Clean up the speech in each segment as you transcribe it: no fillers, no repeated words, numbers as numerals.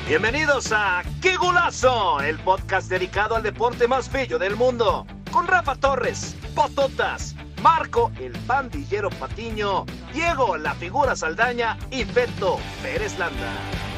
Bienvenidos a ¡Qué golazo! El podcast dedicado al deporte más bello del mundo. Con Rafa Torres, Pototas, Marco el pandillero Patiño, Diego la figura Saldaña y Beto Pérez Landa.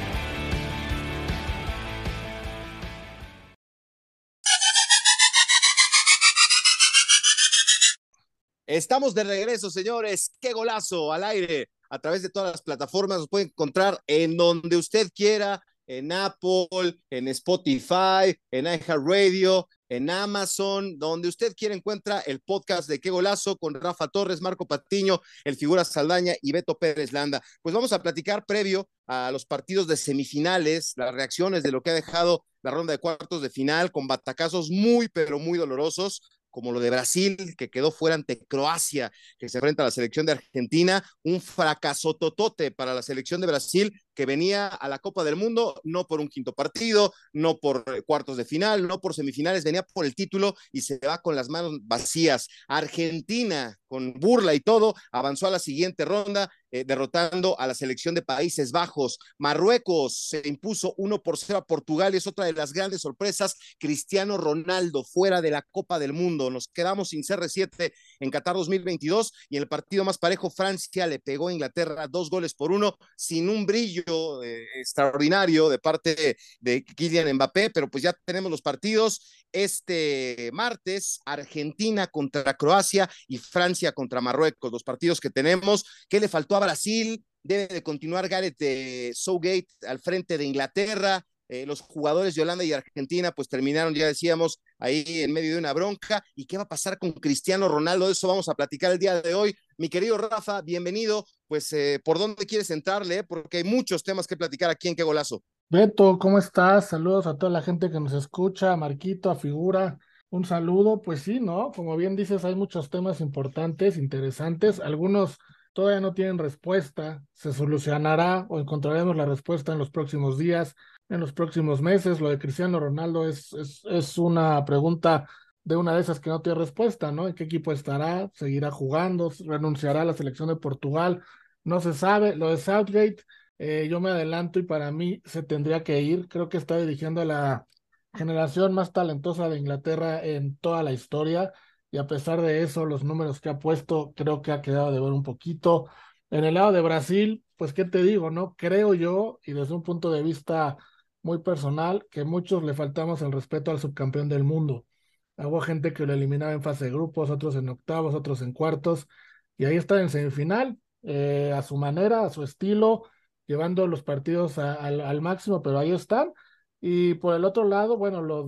Estamos de regreso, señores. ¡Qué golazo! Al aire, a través de todas las plataformas. Nos pueden encontrar en donde usted quiera, en Apple, en Spotify, en iHeartRadio, en Amazon, donde usted quiera encuentra el podcast de Qué Golazo con Rafa Torres, Marco Patiño, el figura Saldaña y Beto Pérez Landa. Pues vamos a platicar previo a los partidos de semifinales, las reacciones de lo que ha dejado la ronda de cuartos de final con batacazos muy, pero muy dolorosos, como lo de Brasil, que quedó fuera ante Croacia, que se enfrenta a la selección de Argentina, un fracaso totote para la selección de Brasil, que venía a la Copa del Mundo no por un quinto partido, no por cuartos de final, no por semifinales, venía por el título y se va con las manos vacías. Argentina, con burla y todo, avanzó a la siguiente ronda, derrotando a la selección de Países Bajos. Marruecos se impuso 1-0 a Portugal, es otra de las grandes sorpresas. Cristiano Ronaldo fuera de la Copa del Mundo. Nos quedamos sin CR7 en Qatar 2022 y en el partido más parejo, Francia le pegó a Inglaterra 2-1, sin un brillo extraordinario de parte de Kylian Mbappé, pero pues ya tenemos los partidos. Este martes, Argentina contra Croacia y Francia contra Marruecos, los partidos que tenemos. ¿Qué le faltó a Brasil? Debe de continuar Gareth Southgate al frente de Inglaterra. Los jugadores de Holanda y Argentina pues terminaron, ya decíamos, ahí en medio de una bronca. ¿Y qué va a pasar con Cristiano Ronaldo? De eso vamos a platicar el día de hoy. Mi querido Rafa, bienvenido. Pues, ¿por dónde quieres entrarle? Porque hay muchos temas que platicar aquí en Qué Golazo. Beto, ¿cómo estás? Saludos a toda la gente que nos escucha, a Marquito, a Figura, un saludo. Pues sí, ¿no? Como bien dices, hay muchos temas importantes, interesantes. Algunos todavía no tienen respuesta. Se solucionará o encontraremos la respuesta en los próximos días, en los próximos meses. Lo de Cristiano Ronaldo es una pregunta de una de esas que no tiene respuesta, ¿no? ¿En qué equipo estará? ¿Seguirá jugando? ¿Renunciará a la selección de Portugal? No se sabe. Lo de Southgate. Yo me adelanto y para mí se tendría que ir. Creo que está dirigiendo a la generación más talentosa de Inglaterra en toda la historia y a pesar de eso, los números que ha puesto creo que ha quedado de ver un poquito. En el lado de Brasil, pues qué te digo, ¿no? Creo yo, y desde un punto de vista muy personal, que muchos le faltamos el respeto al subcampeón del mundo. Hubo gente que lo eliminaba en fase de grupos, otros en octavos, otros en cuartos, y ahí está en semifinal, a su manera, a su estilo llevando los partidos al máximo, pero ahí están. Y por el otro lado, bueno, lo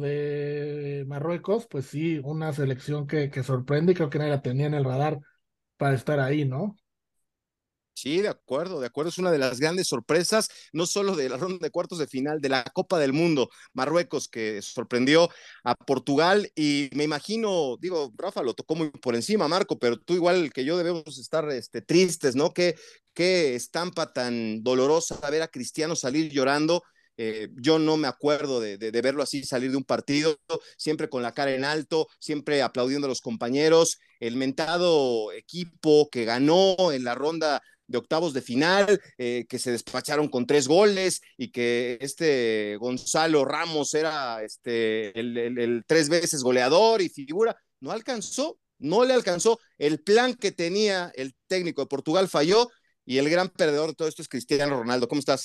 de Marruecos, pues sí, una selección que sorprende y creo que nadie la tenía en el radar para estar ahí, ¿no? Sí, de acuerdo, es una de las grandes sorpresas, no solo de la ronda de cuartos de final, de la Copa del Mundo, Marruecos que sorprendió a Portugal y me imagino, digo, Rafa lo tocó muy por encima, Marco, pero tú igual que yo debemos estar tristes, ¿no? Qué estampa tan dolorosa ver a Cristiano salir llorando. Yo no me acuerdo de verlo así salir de un partido, siempre con la cara en alto, siempre aplaudiendo a los compañeros, el mentado equipo que ganó en la ronda de octavos de final, que se despacharon con 3 goles y que Gonzalo Ramos era el 3 veces goleador y figura, no alcanzó, no le alcanzó. El plan que tenía el técnico de Portugal falló y el gran perdedor de todo esto es Cristiano Ronaldo. ¿Cómo estás?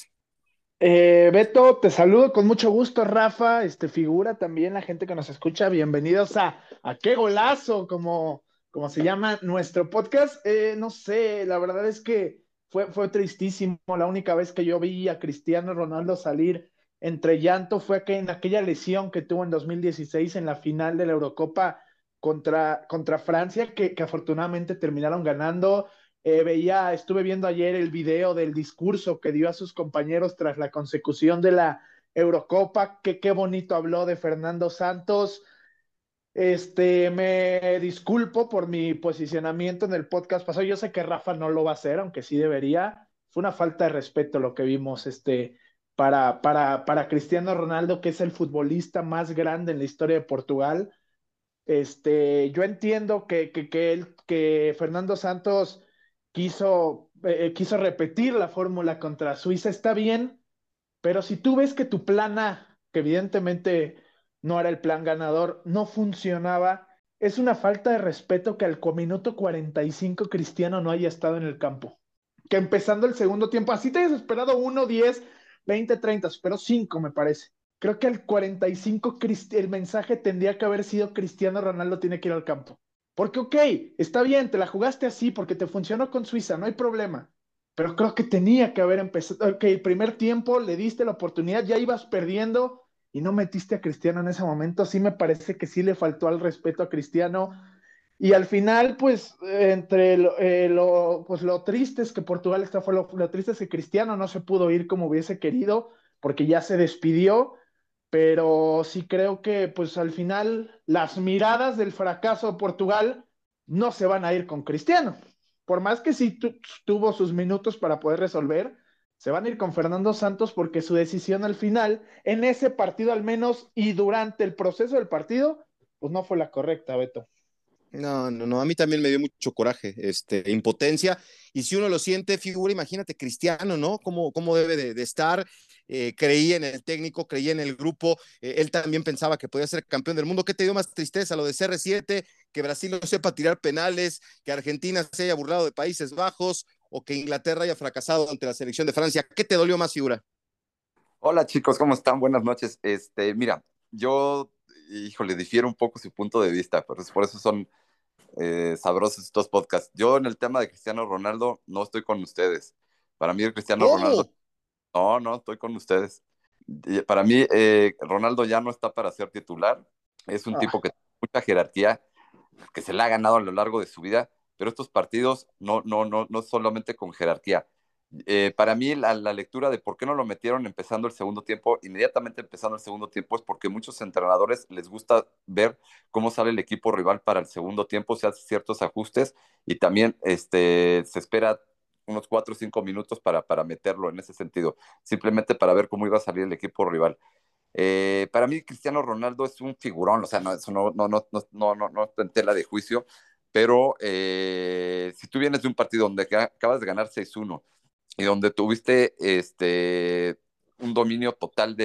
Beto, te saludo con mucho gusto, Rafa, figura también la gente que nos escucha, bienvenidos a Qué Golazo, como se llama nuestro podcast. No sé, la verdad es que fue tristísimo. La única vez que yo vi a Cristiano Ronaldo salir entre llanto fue en aquella lesión que tuvo en 2016 en la final de la Eurocopa contra Francia, que afortunadamente terminaron ganando. Estuve viendo ayer el video del discurso que dio a sus compañeros tras la consecución de la Eurocopa, que qué bonito habló de Fernando Santos. Me disculpo por mi posicionamiento en el podcast pasado. Yo sé que Rafa no lo va a hacer, aunque sí debería. Fue una falta de respeto lo que vimos para Cristiano Ronaldo, que es el futbolista más grande en la historia de Portugal. Yo entiendo que Fernando Santos quiso repetir la fórmula contra Suiza, está bien, Pero si tú ves que tu plan A, que evidentemente no era el plan ganador, no funcionaba, es una falta de respeto que al minuto 45 Cristiano no haya estado en el campo. Que empezando el segundo tiempo, así te hayas esperado 1, 10, 20, 30, esperó 5 me parece. Creo que al 45 el mensaje tendría que haber sido Cristiano Ronaldo tiene que ir al campo. Porque ok, está bien, te la jugaste así porque te funcionó con Suiza, no hay problema. Pero creo que tenía que haber empezado, ok, el primer tiempo le diste la oportunidad, ya ibas perdiendo y no metiste a Cristiano en ese momento. Sí me parece que sí le faltó al respeto a Cristiano. Y al final, pues, entre pues, lo triste es que Portugal está fue lo triste es que Cristiano no se pudo ir como hubiese querido, porque ya se despidió, pero sí creo que, pues, al final, las miradas del fracaso de Portugal no se van a ir con Cristiano. Por más que sí tuvo sus minutos para poder resolver, se van a ir con Fernando Santos porque su decisión al final, en ese partido al menos, y durante el proceso del partido, pues no fue la correcta, Beto. No, no, no, a mí también me dio mucho coraje, impotencia, y si uno lo siente, figura, imagínate Cristiano, ¿no? ¿Cómo debe de estar? Creía en el técnico, creía en el grupo, él también pensaba que podía ser campeón del mundo. ¿Qué te dio más tristeza? Lo de CR7, que Brasil no sepa tirar penales, que Argentina se haya burlado de Países Bajos, o que Inglaterra haya fracasado ante la selección de Francia. ¿Qué te dolió más, figura? Hola chicos, ¿cómo están? Buenas noches. Mira, yo, híjole, difiero un poco su punto de vista, pero por eso son sabrosos estos podcasts. Yo en el tema de Cristiano Ronaldo no estoy con ustedes. Para mí el Cristiano Ronaldo, ¿Cómo? no estoy con ustedes. Para mí Ronaldo ya no está para ser titular. Es un tipo Ah, que tiene mucha jerarquía, que se la ha ganado a lo largo de su vida, pero estos partidos no solamente con jerarquía. Para mí la lectura de por qué no lo metieron empezando el segundo tiempo, inmediatamente empezando el segundo tiempo, es porque muchos entrenadores les gusta ver cómo sale el equipo rival para el segundo tiempo, se hacen ciertos ajustes y también se espera unos 4 o 5 minutos para meterlo en ese sentido, simplemente para ver cómo iba a salir el equipo rival. Para mí Cristiano Ronaldo es un figurón, o sea, no, eso no está en tela de juicio, pero si tú vienes de un partido donde acabas de ganar 6-1 y donde tuviste un dominio total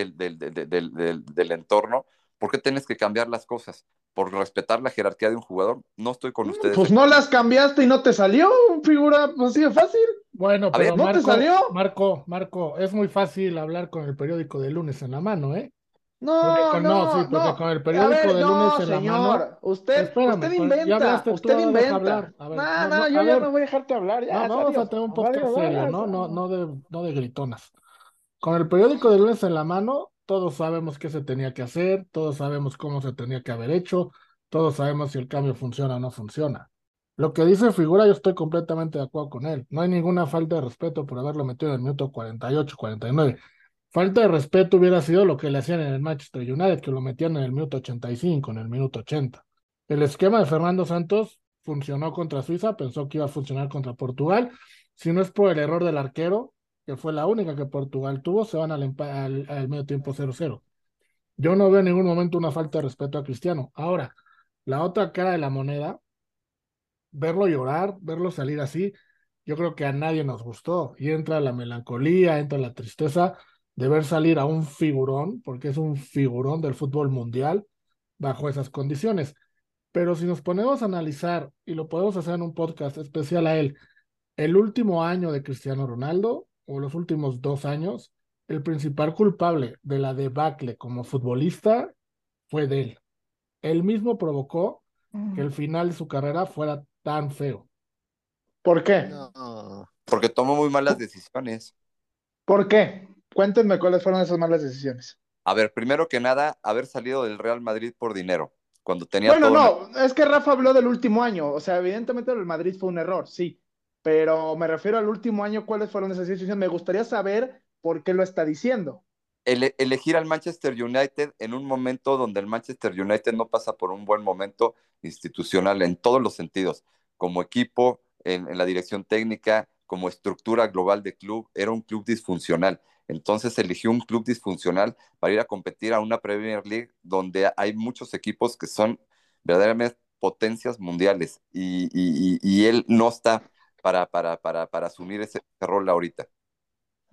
del entorno, ¿por qué tienes que cambiar las cosas? ¿Por respetar la jerarquía de un jugador? No estoy con ustedes. pues no las cambiaste y no te salió, figura pues, así de fácil. Bueno, A ver, pero ¿No te salió? Marco, es muy fácil hablar con el periódico de lunes en la mano, ¿eh? No, No, sí, no, porque no. con el A periódico ver, de lunes no, en la mano, señor. Usted espérame, ya inventa, hablaste tú, usted ahora deja hablar. inventa. A ver, No, no, no, no, yo a ya ver, no voy a dejarte hablar. Ya, vamos a adiós. tener un podcast Adiós, serio, adiós. ¿no? No de gritonas. Con el periódico de lunes en la mano, todos sabemos qué se tenía que hacer, todos sabemos cómo se tenía que haber hecho, todos sabemos si el cambio funciona o no funciona. Lo que dice Figura, yo estoy completamente de acuerdo con él. No hay ninguna falta de respeto por haberlo metido en el minuto 48, 49. Falta de respeto hubiera sido lo que le hacían en el Manchester United, que lo metían en el minuto 85, en el minuto 80. El esquema de Fernando Santos funcionó contra Suiza, pensó que iba a funcionar contra Portugal. Si no es por el error del arquero, que fue la única que Portugal tuvo, se van al medio tiempo 0-0. Yo no veo en ningún momento una falta de respeto a Cristiano. Ahora, la otra cara de la moneda, verlo llorar, verlo salir así, yo creo que a nadie nos gustó. Y entra la melancolía, entra la tristeza de ver salir a un figurón, porque es un figurón del fútbol mundial, bajo esas condiciones. Pero si nos ponemos a analizar, y lo podemos hacer en un podcast especial a él, el último año de Cristiano Ronaldo, o los últimos 2 años, el principal culpable de la debacle como futbolista fue de él. Él mismo provocó que el final de su carrera fuera tan feo. ¿Por qué? No. porque tomo muy malas decisiones. ¿Por qué? Cuéntenme cuáles fueron esas malas decisiones. A ver, primero que nada, haber salido del Real Madrid por dinero, cuando tenía Bueno, todo en la... no, es que Rafa habló del último año. O sea, evidentemente el Madrid fue un error, sí. Pero me refiero al último año, ¿cuáles fueron esas decisiones? Me gustaría saber por qué lo está diciendo. Elegir al Manchester United en un momento donde el Manchester United no pasa por un buen momento institucional en todos los sentidos, como equipo, en la dirección técnica, como estructura global de club, era un club disfuncional. Entonces eligió un club disfuncional para ir a competir a una Premier League donde hay muchos equipos que son verdaderamente potencias mundiales y él no está para asumir ese rol ahorita.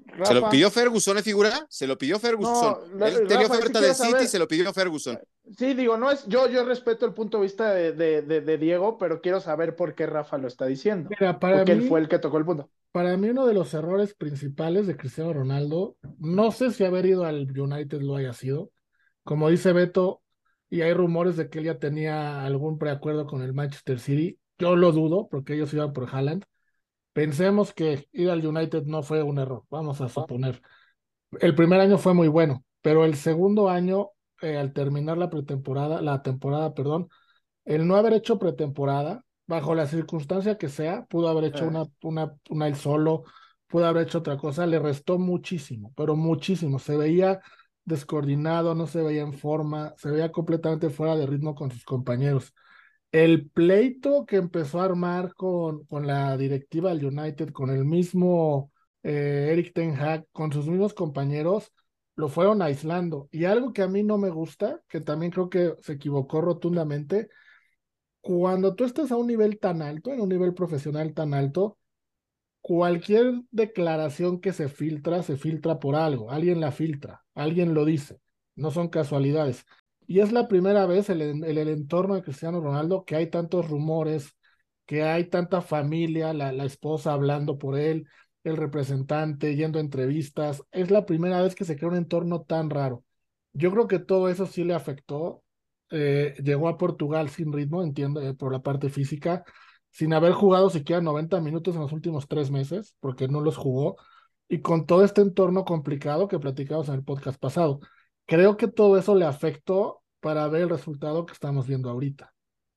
Se lo Rafa. pidió Ferguson, figura, se lo pidió Ferguson. No, Él tenía Rafa, sí oferta quiero del City y saber. se lo pidió Ferguson. Sí, digo, no es, yo respeto el punto de vista de Diego, pero quiero saber por qué Rafa lo está diciendo, Mira, porque él fue el que tocó el punto. para mí uno de los errores principales de Cristiano Ronaldo, no sé si haber ido al United lo haya sido, como dice Beto, y hay rumores de que él ya tenía algún preacuerdo con el Manchester City, yo lo dudo, porque ellos iban por Haaland. Pensemos que ir al United no fue un error, vamos a suponer. El primer año fue muy bueno, pero el segundo año, al terminar la temporada, perdón, el no haber hecho pretemporada, bajo la circunstancia que sea, pudo haber hecho Eh, una él solo, pudo haber hecho otra cosa, le restó muchísimo, pero muchísimo. Se veía descoordinado, no se veía en forma, se veía completamente fuera de ritmo con sus compañeros. El pleito que empezó a armar con la directiva del United, con el mismo Eric Ten Hag, con sus mismos compañeros, lo fueron aislando. Y algo que a mí no me gusta, que también creo que se equivocó rotundamente, cuando tú estás a un nivel tan alto, en un nivel profesional tan alto, cualquier declaración que se filtra por algo, alguien la filtra, alguien lo dice, no son casualidades. Y es la primera vez en el entorno de Cristiano Ronaldo que hay tantos rumores, que hay tanta familia, la esposa hablando por él, el representante yendo a entrevistas. Es la primera vez que se crea un entorno tan raro. Yo creo que todo eso sí le afectó. Llegó a Portugal sin ritmo, entiendo, por la parte física sin haber jugado siquiera 90 minutos en los últimos 3 meses, porque no los jugó, y con todo este entorno complicado que platicamos en el podcast pasado. Creo que todo eso le afectó para ver el resultado que estamos viendo ahorita.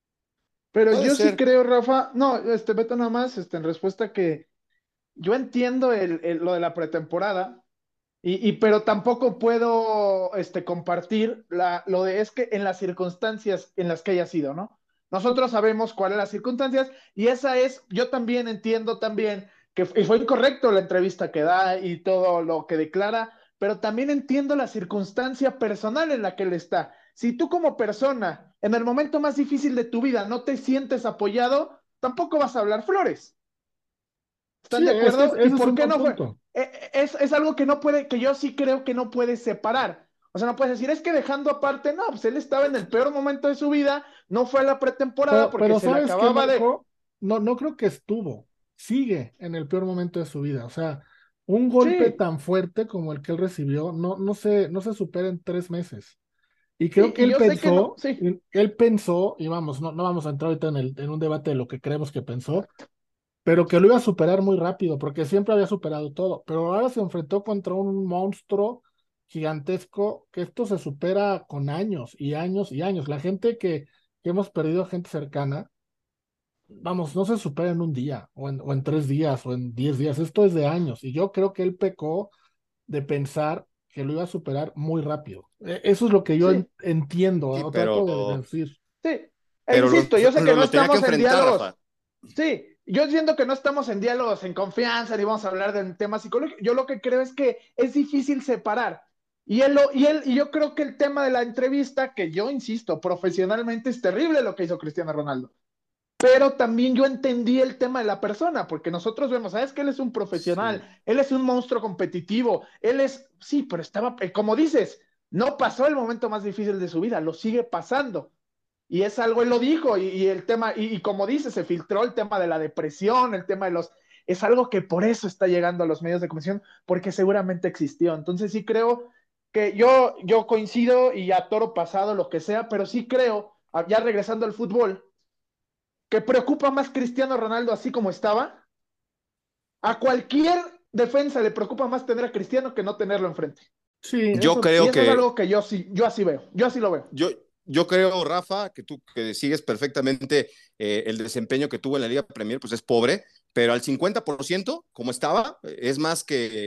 pero Puede yo sí ser. creo, Rafa, no, Beto, nada más, en respuesta que yo entiendo lo de la pretemporada, pero tampoco puedo compartir lo de es que en las circunstancias en las que haya sido, ¿no? Nosotros sabemos cuáles son las circunstancias y esa es, yo también entiendo también que y fue incorrecto la entrevista que da y todo lo que declara, pero también entiendo la circunstancia personal en la que él está. Si tú como persona, en el momento más difícil de tu vida, no te sientes apoyado, tampoco vas a hablar flores. ¿Están Sí, de acuerdo? ¿Y ese es por un qué buen no fue? punto. Es algo que no puede, que yo sí creo que no puede separar. O sea, no puedes decir, es que dejando aparte, no, pues él estaba en el peor momento de su vida, no fue a la pretemporada porque Pero se le ¿sabes qué, acababa de... Marco? No, no creo que estuvo. Sigue en el peor momento de su vida. O sea, un golpe Sí, tan fuerte como el que él recibió no se supera en 3 meses. Y creo sí, que y yo sé que no, sí, él pensó, y vamos, no vamos a entrar ahorita en un debate de lo que creemos que pensó, pero que lo iba a superar muy rápido, porque siempre había superado todo. Pero ahora se enfrentó contra un monstruo gigantesco, que esto se supera con años y años y años. La gente que hemos perdido gente cercana, vamos, no se supera en un día, o en 3 días, o en 10 días. Esto es de años. Y yo creo que él pecó de pensar que lo iba a superar muy rápido. Eso es lo que yo sí, entiendo, Sí, o trato de decir. sí. pero Insisto, yo sé que no lo tenía que estamos en enfrentar, diálogos. Rafa. Sí, yo siento que no estamos en diálogos en confianza ni vamos a hablar de temas psicológicos. Yo lo que creo es que es difícil separar. Y yo creo que el tema de la entrevista, que yo insisto, profesionalmente es terrible lo que hizo Cristiano Ronaldo. Pero también yo entendí el tema de la persona, porque nosotros vemos, ¿sabes? Que él es un profesional, Sí. él es un monstruo competitivo, él es, sí, pero estaba, como dices, no pasó el momento más difícil de su vida, lo sigue pasando. Y es algo, él lo dijo, y el tema, como dice, se filtró el tema de la depresión, el tema de los, es algo que por eso está llegando a los medios de comunicación, porque seguramente existió. Entonces sí creo que yo coincido y a toro pasado, lo que sea, pero sí creo, ya regresando al fútbol, que preocupa más Cristiano Ronaldo así como estaba. A cualquier defensa le preocupa más tener a Cristiano que no tenerlo enfrente. Sí, Yo eso, Y creo eso es que algo que yo así veo, yo así lo veo. Yo, yo creo, Rafa, que tú que sigues perfectamente el desempeño que tuvo en la Liga Premier, pues es pobre, pero al 50%, como estaba, es más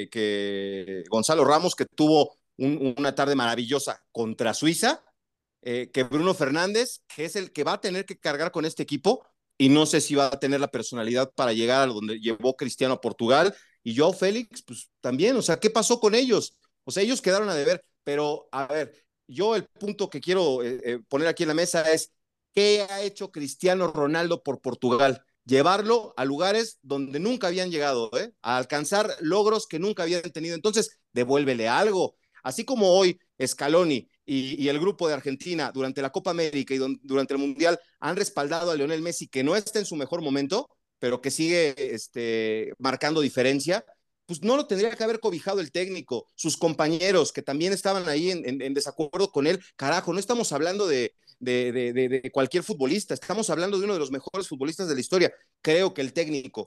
que Gonzalo Ramos, que tuvo una tarde maravillosa contra Suiza, que Bruno Fernández, que es el que va a tener que cargar con este equipo, y no sé si va a tener la personalidad para llegar a donde llevó Cristiano a Portugal, y Joao Félix, pues también, o sea, ¿qué pasó con ellos? O sea, ellos quedaron a deber, pero a ver, yo el punto que quiero poner aquí en la mesa es, ¿qué ha hecho Cristiano Ronaldo por Portugal? llevarlo a lugares donde nunca habían llegado, a alcanzar logros que nunca habían tenido. Entonces, devuélvele algo. Así como hoy Scaloni y el grupo de Argentina durante la Copa América y durante el Mundial han respaldado a Lionel Messi, que no está en su mejor momento, pero que sigue marcando diferencia, pues no lo tendría que haber cobijado el técnico, sus compañeros que también estaban ahí en desacuerdo con él. Carajo, no estamos hablando de cualquier futbolista, estamos hablando de uno de los mejores futbolistas de la historia. Creo que el técnico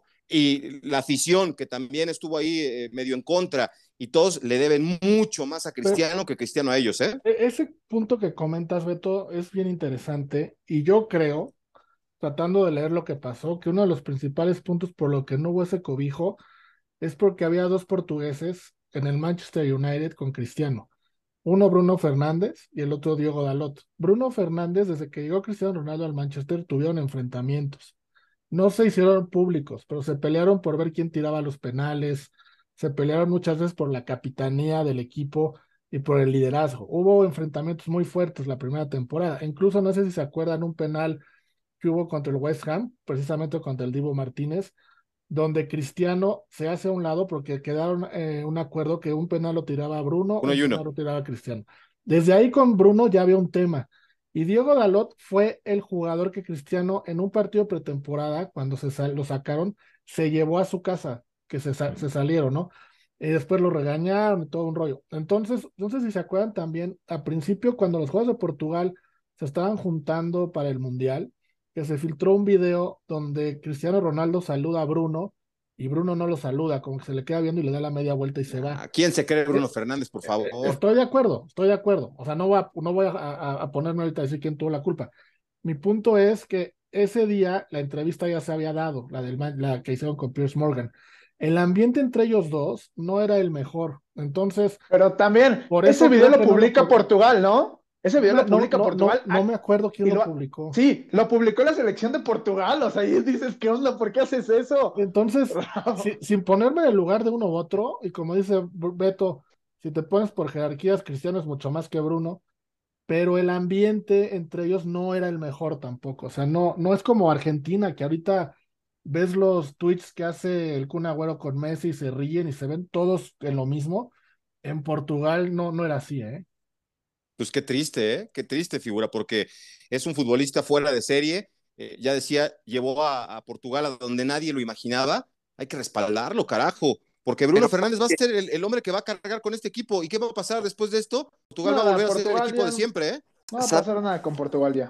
y la afición que también estuvo ahí medio en contra y todos le deben mucho más a Cristiano que Cristiano a ellos, ¿eh? Ese punto que comentas, Beto, es bien interesante y yo creo, tratando de leer lo que pasó, que uno de los principales puntos por lo que no hubo ese cobijo es porque había dos portugueses en el Manchester United con Cristiano. Uno Bruno Fernández y el otro Diego Dalot. Bruno Fernández, desde que llegó Cristiano Ronaldo al Manchester, tuvieron enfrentamientos. No se hicieron públicos, pero se pelearon por ver quién tiraba los penales, se pelearon muchas veces por la capitanía del equipo y por el liderazgo. Hubo enfrentamientos muy fuertes la primera temporada. Incluso no sé si se acuerdan un penal que hubo contra el West Ham, precisamente contra el Dibu Martínez, donde Cristiano se hace a un lado porque quedaron un acuerdo que un penal lo tiraba Bruno, Uno un y penal uno. lo tiraba Cristiano. Desde ahí con Bruno ya había un tema. Y Diego Dalot fue el jugador que Cristiano en un partido pretemporada, cuando lo sacaron, se llevó a su casa, que se salieron, ¿no? Y después lo regañaron y todo un rollo. Entonces, no sé si se acuerdan también, al principio, cuando los jugadores de Portugal se estaban juntando para el Mundial, que se filtró un video donde Cristiano Ronaldo saluda a Bruno y Bruno no lo saluda, como que se le queda viendo y le da la media vuelta y se va. ¿A quién se cree Bruno Fernández, por favor? Estoy de acuerdo, estoy de acuerdo. O sea, no voy a ponerme ahorita a decir quién tuvo la culpa. Mi punto es que ese día la entrevista ya se había dado, la que hicieron con Piers Morgan. El ambiente entre ellos dos no era el mejor. Entonces, Pero también, por ese eso video creo lo que no lo publica Portugal, ¿no? Ese video lo publica Portugal. no me acuerdo quién y lo publicó. Sí, lo publicó la selección de Portugal. O sea, y dices, ¿qué onda? ¿Por qué haces eso? Entonces, sin ponerme en el lugar de uno u otro, y como dice Beto, si te pones por jerarquías, Cristiano es mucho más que Bruno, pero el ambiente entre ellos no era el mejor tampoco. O sea, no es como Argentina, que ahorita ves los tweets que hace el Kun Agüero con Messi y se ríen y se ven todos en lo mismo. En Portugal no era así, ¿eh? Pues qué triste, ¿eh? Qué triste figura, porque es un futbolista fuera de serie. Ya decía, llevó a Portugal a donde nadie lo imaginaba. Hay que respaldarlo, carajo. Porque Bruno Pero Fernández va a ser el hombre que va a cargar con este equipo. ¿Y qué va a pasar después de esto? Portugal va a Nada, volver a ser el Portugal equipo ya de siempre, ¿eh? no va a pasar nada con Portugal ya.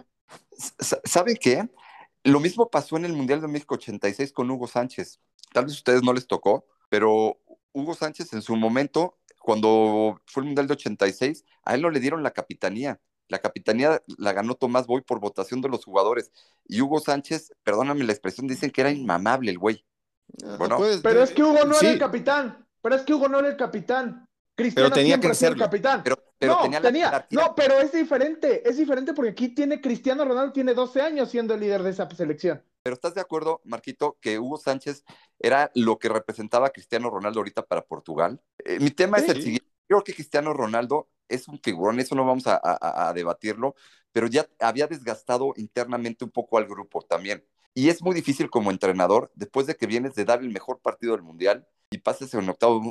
¿Saben qué? Lo mismo pasó en el Mundial de México 86 con Hugo Sánchez. Tal vez a ustedes no les tocó, pero Hugo Sánchez en su momento, cuando fue el Mundial de 86, a él no le dieron la capitanía. La capitanía la ganó Tomás Boy por votación de los jugadores. Y Hugo Sánchez, perdóname la expresión, dicen que era inmamable el güey. Bueno, Pues, Pero es que Hugo no era el sí, capitán. Pero es que Hugo no era el capitán. pero Cristiano tenía siempre que ha sido el serlo. capitán. pero No, tenía la jerarquía. No, pero es diferente porque aquí tiene Cristiano Ronaldo, tiene 12 años siendo el líder de esa selección. Pero ¿estás de acuerdo, Marquito, que Hugo Sánchez era lo que representaba a Cristiano Ronaldo ahorita para Portugal? Mi tema es el Sí. siguiente. Creo que Cristiano Ronaldo es un figurón, eso no vamos a debatirlo, pero ya había desgastado internamente un poco al grupo también. Y es muy difícil como entrenador, después de que vienes de dar el mejor partido del Mundial y pasas en octavo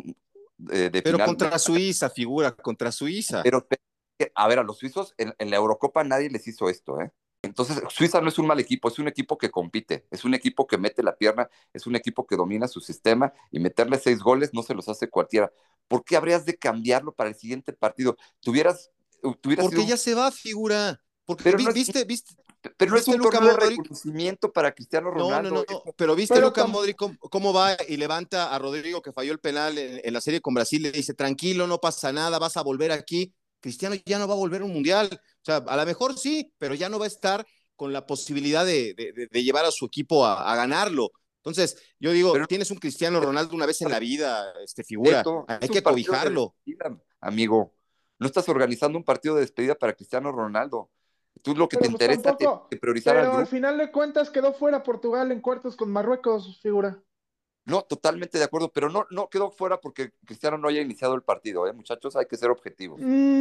de Pero final. contra Suiza, figura, contra Suiza. Pero, a ver, a los suizos en la Eurocopa nadie les hizo esto, ¿eh? Entonces, Suiza no es un mal equipo, es un equipo que compite, es un equipo que mete la pierna, es un equipo que domina su sistema y meterle 6 goles no se los hace cualquiera. ¿Por qué habrías de cambiarlo para el siguiente partido? Tuvieras Porque sido ya se va, figura. Porque pero no es, viste pero no es un Luka torneo de Modric. reconocimiento para Cristiano Ronaldo. No. Pero viste Pero Luka Modric cómo va y levanta a Rodrigo que falló el penal en la serie con Brasil. Le dice, tranquilo, no pasa nada, vas a volver aquí. Cristiano ya no va a volver a un mundial. O sea, a lo mejor sí, pero ya no va a estar con la posibilidad de llevar a su equipo a ganarlo. Entonces, yo digo, Pero tienes un Cristiano Ronaldo una vez en la vida, figura. Hay es un que partido de cobijarlo. despedida, amigo. No estás organizando un partido de despedida para Cristiano Ronaldo. Tú lo que te Pero pues interesa es tampoco. priorizar al Pero al grupo. final de cuentas quedó fuera Portugal en cuartos con Marruecos, figura. No, totalmente de acuerdo, pero no quedó fuera porque Cristiano no haya iniciado el partido, muchachos, hay que ser objetivos.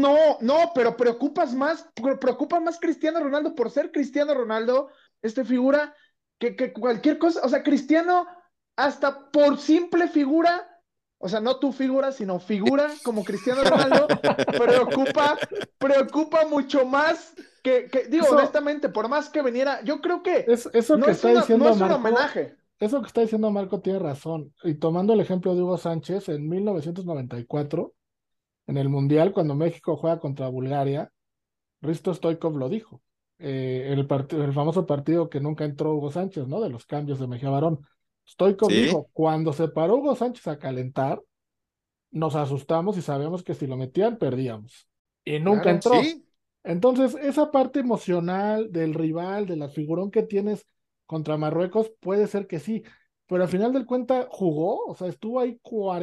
No, pero preocupa más Cristiano Ronaldo por ser Cristiano Ronaldo, figura, que cualquier cosa, o sea, Cristiano, hasta por simple figura, o sea, no tu figura, sino figura como Cristiano Ronaldo, preocupa, preocupa mucho más digo, Eso, honestamente, por más que viniera, yo creo que eso que está no diciendo es un Marco, homenaje. eso que está diciendo Marco tiene razón. Y tomando el ejemplo de Hugo Sánchez, en 1994, en el Mundial, cuando México juega contra Bulgaria, Risto Stoikov lo dijo. El famoso partido que nunca entró Hugo Sánchez, ¿no? De los cambios de Mejía Barón. Stoikov Sí, dijo, cuando se paró Hugo Sánchez a calentar, nos asustamos y sabíamos que si lo metían, perdíamos. Y nunca Claro. entró. sí. Entonces, esa parte emocional del rival, de la figurón que tienes contra Marruecos, puede ser que sí, pero al final del cuenta jugó, o sea, estuvo ahí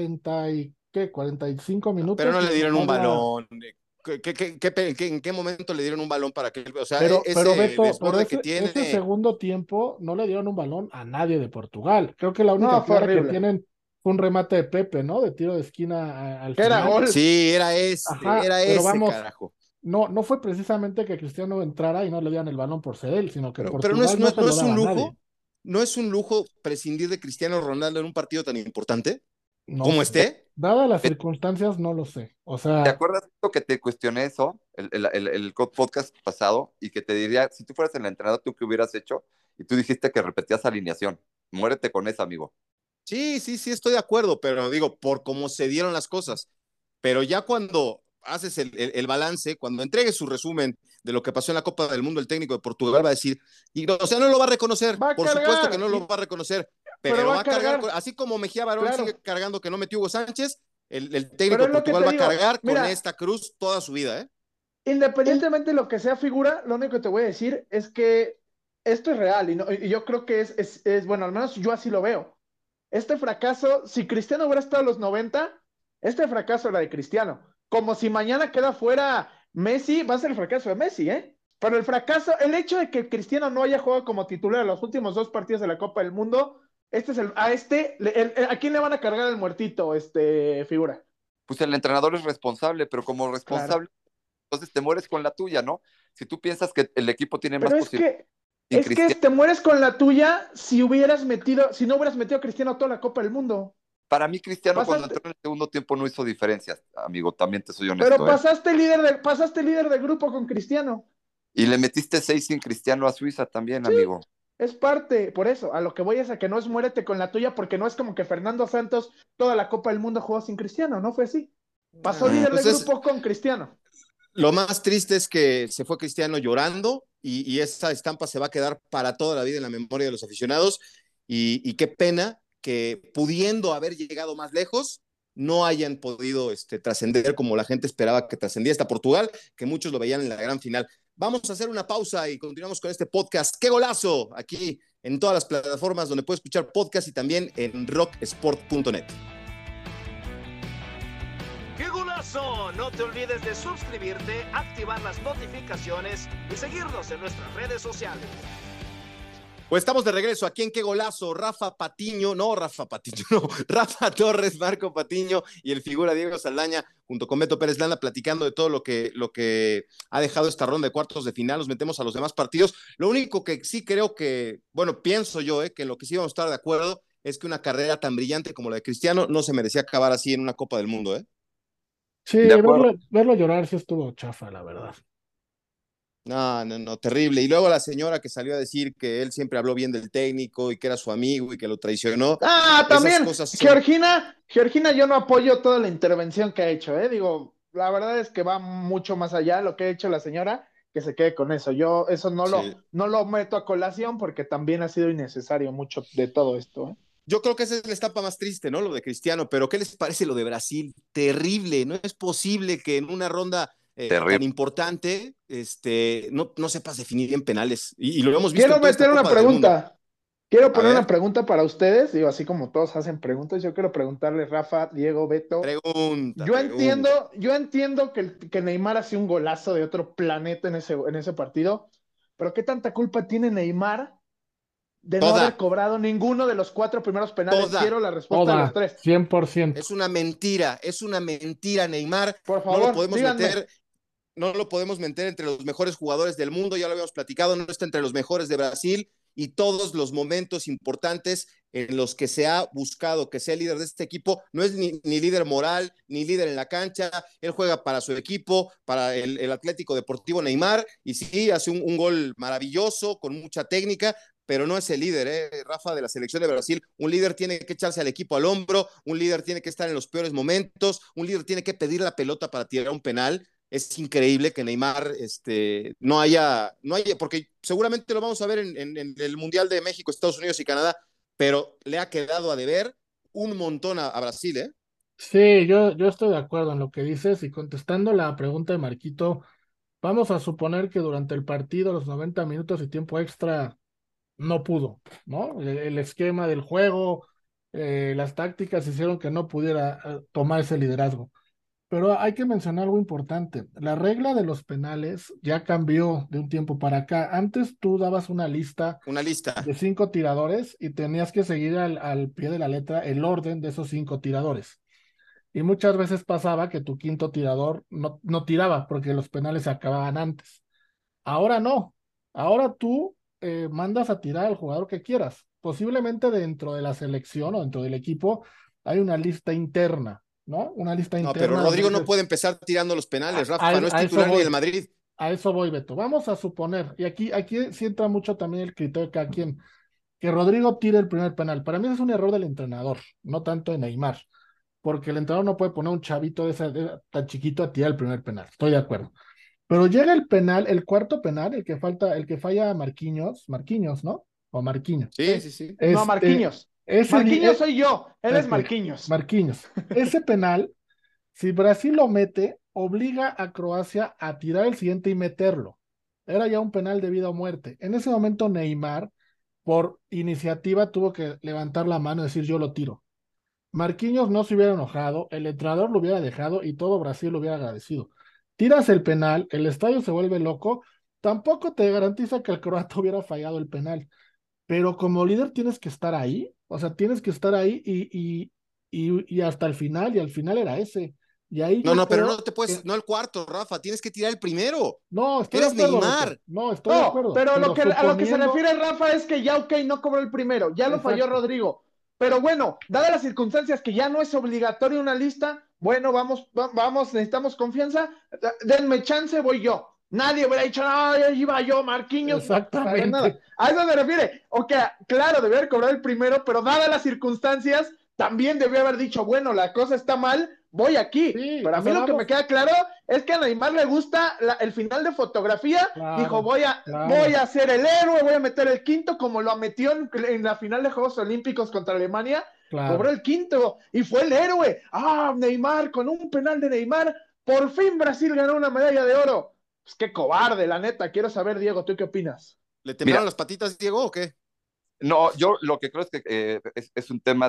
45 Pero minutos no y le en el dieron un área. balón. ¿En qué momento le dieron un balón para que, o sea, Pero ese Beto, pero desborde que ese tiene? segundo tiempo no le dieron un balón a nadie de Portugal. Creo que la única No, fue clara que horrible. tienen fue un remate de Pepe, ¿no? De tiro de esquina al Que era final. gol. Sí, Ajá, era pero ese, vamos, carajo. no fue precisamente que Cristiano entrara y no le dieran el balón por ser él, sino que Pero Portugal no se no lo es daba un a nadie. lujo, no es un lujo prescindir de Cristiano Ronaldo en un partido tan importante No como sé. esté. Dadas las circunstancias, no lo sé. O ¿Te sea, acuerdas lo que te cuestioné eso, podcast pasado, y que te diría, si tú fueras el entrenador, ¿tú qué hubieras hecho? Y tú dijiste que repetías alineación. Muérete con esa, amigo. Sí, estoy de acuerdo, pero digo, por cómo se dieron las cosas. Pero ya cuando haces el balance, cuando entregues su resumen de lo que pasó en la Copa del Mundo, el técnico de Portugal va a decir, y, o sea, no lo va a reconocer, Va a por supuesto que cargar, no lo va a reconocer, pero pero va va a a cargar, cargar, así como Mejía Barón sigue claro. cargando que no metió Hugo Sánchez, el técnico Pero de es lo que Portugal te va a digo. cargar con Mira, esta cruz toda su vida, ¿eh? independientemente de lo que sea figura, lo único que te voy a decir es que esto es real y yo creo que bueno, al menos yo así lo veo. Este fracaso, si Cristiano hubiera estado a los 90, este fracaso era de Cristiano. Como si mañana queda fuera Messi, va a ser el fracaso de Messi, ¿eh? Pero el fracaso, el hecho de que Cristiano no haya jugado como titular en los últimos dos partidos de la Copa del Mundo, ¿a quién le van a cargar el muertito, figura? Pues el entrenador es responsable, pero como Claro. responsable, entonces te mueres con la tuya, ¿no? Si tú piensas que el equipo tiene más Pero posibilidades sin es que Cristiano, te mueres con la tuya si no hubieras metido a Cristiano a toda la Copa del Mundo. para mí Cristiano cuando entró Pasaste, en el segundo tiempo no hizo diferencias, amigo, también te soy pero honesto, ¿eh? pasaste líder de grupo con Cristiano. Y le metiste 6 sin Cristiano a Suiza también, Sí, amigo. es parte, por eso, a lo que voy es a que no es muérete con la tuya, porque no es como que Fernando Santos toda la Copa del Mundo jugó sin Cristiano, no fue así. Pasó líder de Entonces, grupo con Cristiano. lo más triste es que se fue Cristiano llorando y esa estampa se va a quedar para toda la vida en la memoria de los aficionados y qué pena que pudiendo haber llegado más lejos no hayan podido trascender como la gente esperaba que trascendiera hasta Portugal, que muchos lo veían en la gran final. Vamos a hacer una pausa y continuamos con este podcast. ¡Qué golazo! Aquí en todas las plataformas donde puedes escuchar podcast y también en rocksport.net. ¡Qué golazo! No te olvides de suscribirte, activar las notificaciones y seguirnos en nuestras redes sociales. Pues estamos de regreso aquí en Qué Golazo. Rafa Patiño, no, Rafa Torres, Marco Patiño y el figura Diego Saldaña, junto con Beto Pérez Landa, platicando de todo lo que ha dejado esta ronda de cuartos de final. Nos metemos a los demás partidos. Lo único que sí creo que, bueno, pienso yo, que en lo que sí vamos a estar de acuerdo es que una carrera tan brillante como la de Cristiano no se merecía acabar así en una Copa del Mundo, ¿eh? sí, De acuerdo. verlo llorar sí estuvo chafa, la verdad. No, terrible. Y luego la señora que salió a decir que él siempre habló bien del técnico y que era su amigo y que lo traicionó. Ah, Esas también, cosas son. Georgina, yo no apoyo toda la intervención que ha hecho, ¿eh? Digo, la verdad es que va mucho más allá lo que ha hecho la señora, que se quede con eso. Yo eso Sí. no lo meto a colación porque también ha sido innecesario mucho de todo esto, ¿eh? Yo creo que esa es la etapa más triste, ¿no? Lo de Cristiano, pero ¿qué les parece lo de Brasil? Terrible, no es posible que en una ronda tan Terrible. importante no sepas definir en penales. Y lo hemos visto Quiero en toda esta meter una Copa del Mundo. pregunta. Quiero A poner una ver, pregunta para ustedes, digo, así como todos hacen preguntas, yo quiero preguntarle, Rafa, Diego, Beto. pregunta. Yo entiendo que Neymar hace un golazo de otro planeta en ese partido, pero ¿qué tanta culpa tiene Neymar de no haber Toda, cobrado ninguno de los cuatro primeros penales? toda. Quiero la respuesta de los Toda, tres. 100%. Es una mentira, Neymar. Por No lo favor, podemos díganme. meter no lo podemos meter entre los mejores jugadores del mundo, ya lo habíamos platicado, no está entre los mejores de Brasil y todos los momentos importantes en los que se ha buscado que sea el líder de este equipo. No es ni líder moral, ni líder en la cancha. Él juega para su equipo, para el Atlético Deportivo Neymar, y sí, hace un gol maravilloso, con mucha técnica, pero no es el líder, Rafa, de la selección de Brasil. Un líder tiene que echarse al equipo al hombro, un líder tiene que estar en los peores momentos, un líder tiene que pedir la pelota para tirar un penal. Es increíble que Neymar no haya, porque seguramente lo vamos a ver en el Mundial de México, Estados Unidos y Canadá, pero le ha quedado a deber un montón a Brasil, ¿eh? Sí, yo estoy de acuerdo en lo que dices y contestando la pregunta de Marquito, vamos a suponer que durante el partido, los 90 minutos y tiempo extra, no pudo, ¿no? El esquema del juego, las tácticas hicieron que no pudiera tomar ese liderazgo. Pero hay que mencionar algo importante. La regla de los penales ya cambió de un tiempo para acá. Antes tú dabas una lista Una lista. de 5 tiradores y tenías que seguir al pie de la letra el orden de esos 5 tiradores. Y muchas veces pasaba que tu quinto tirador no tiraba porque los penales se acababan antes. Ahora no. Ahora tú mandas a tirar al jugador que quieras. Posiblemente dentro de la selección o dentro del equipo hay una lista interna, ¿no? Una lista No, pero interna donde Rodrigo no dices, puede empezar tirando los penales, a, Rafa, no es a eso titular ni del voy, Madrid. a eso voy, Beto. Vamos a suponer, y aquí sí entra mucho también el criterio de cada quien, que Rodrigo tire el primer penal. Para mí ese es un error del entrenador, no tanto de Neymar, porque el entrenador no puede poner un chavito tan chiquito a tirar el primer penal. Estoy de acuerdo. Pero llega el penal, el cuarto penal, el que falla Marquinhos, ¿no? O Marquinhos. Sí, sí, sí. No, Este, Marquinhos. Marquinhos soy yo, él es ok, Marquinhos. Marquinhos. Ese penal, si Brasil lo mete, obliga a Croacia a tirar el siguiente y meterlo. Era ya un penal de vida o muerte. En ese momento Neymar, por iniciativa, tuvo que levantar la mano y decir yo lo tiro. Marquinhos no se hubiera enojado, el entrenador lo hubiera dejado y todo Brasil lo hubiera agradecido. Tiras el penal, el estadio se vuelve loco, tampoco te garantiza que el croata hubiera fallado el penal, pero como líder tienes que estar ahí, o sea, tienes que estar ahí y hasta el final, y al final era ese. Y ahí No, yo no, pero no creo te puedes, que, no el cuarto, Rafa, tienes que tirar el primero. no, estoy de Eres acuerdo, Beto, Neymar. no, estoy de No, acuerdo, pero pero a lo que se suponiendo, refiere Rafa es que ya, ok, no cobró el primero, ya lo falló exacto, Rodrigo. Pero bueno, dadas las circunstancias que ya no es obligatorio una lista, bueno, vamos, necesitamos confianza, denme chance, voy yo. Nadie hubiera dicho, no, ya iba yo, Marquinhos, no, para nada. exactamente, A eso me refiere. Ok, claro, debió haber cobrado el primero, pero dadas las circunstancias, también debió haber dicho, bueno, la cosa está mal, voy aquí. sí, Pero a o mí sea, lo que me vamos, queda claro es que a Neymar le gusta el final de fotografía. Dijo, claro, voy claro, a ser el héroe, voy a meter el quinto, como lo metió en la final de Juegos Olímpicos contra Alemania. Cobró claro. el quinto y fue el héroe. Ah, Neymar, con un penal de Neymar, por fin Brasil ganó una medalla de oro. Pues qué cobarde, la neta. Quiero saber, Diego, ¿tú qué opinas? ¿Le Mira, temblaron las patitas, Diego, o qué? no, yo lo que creo es que es un tema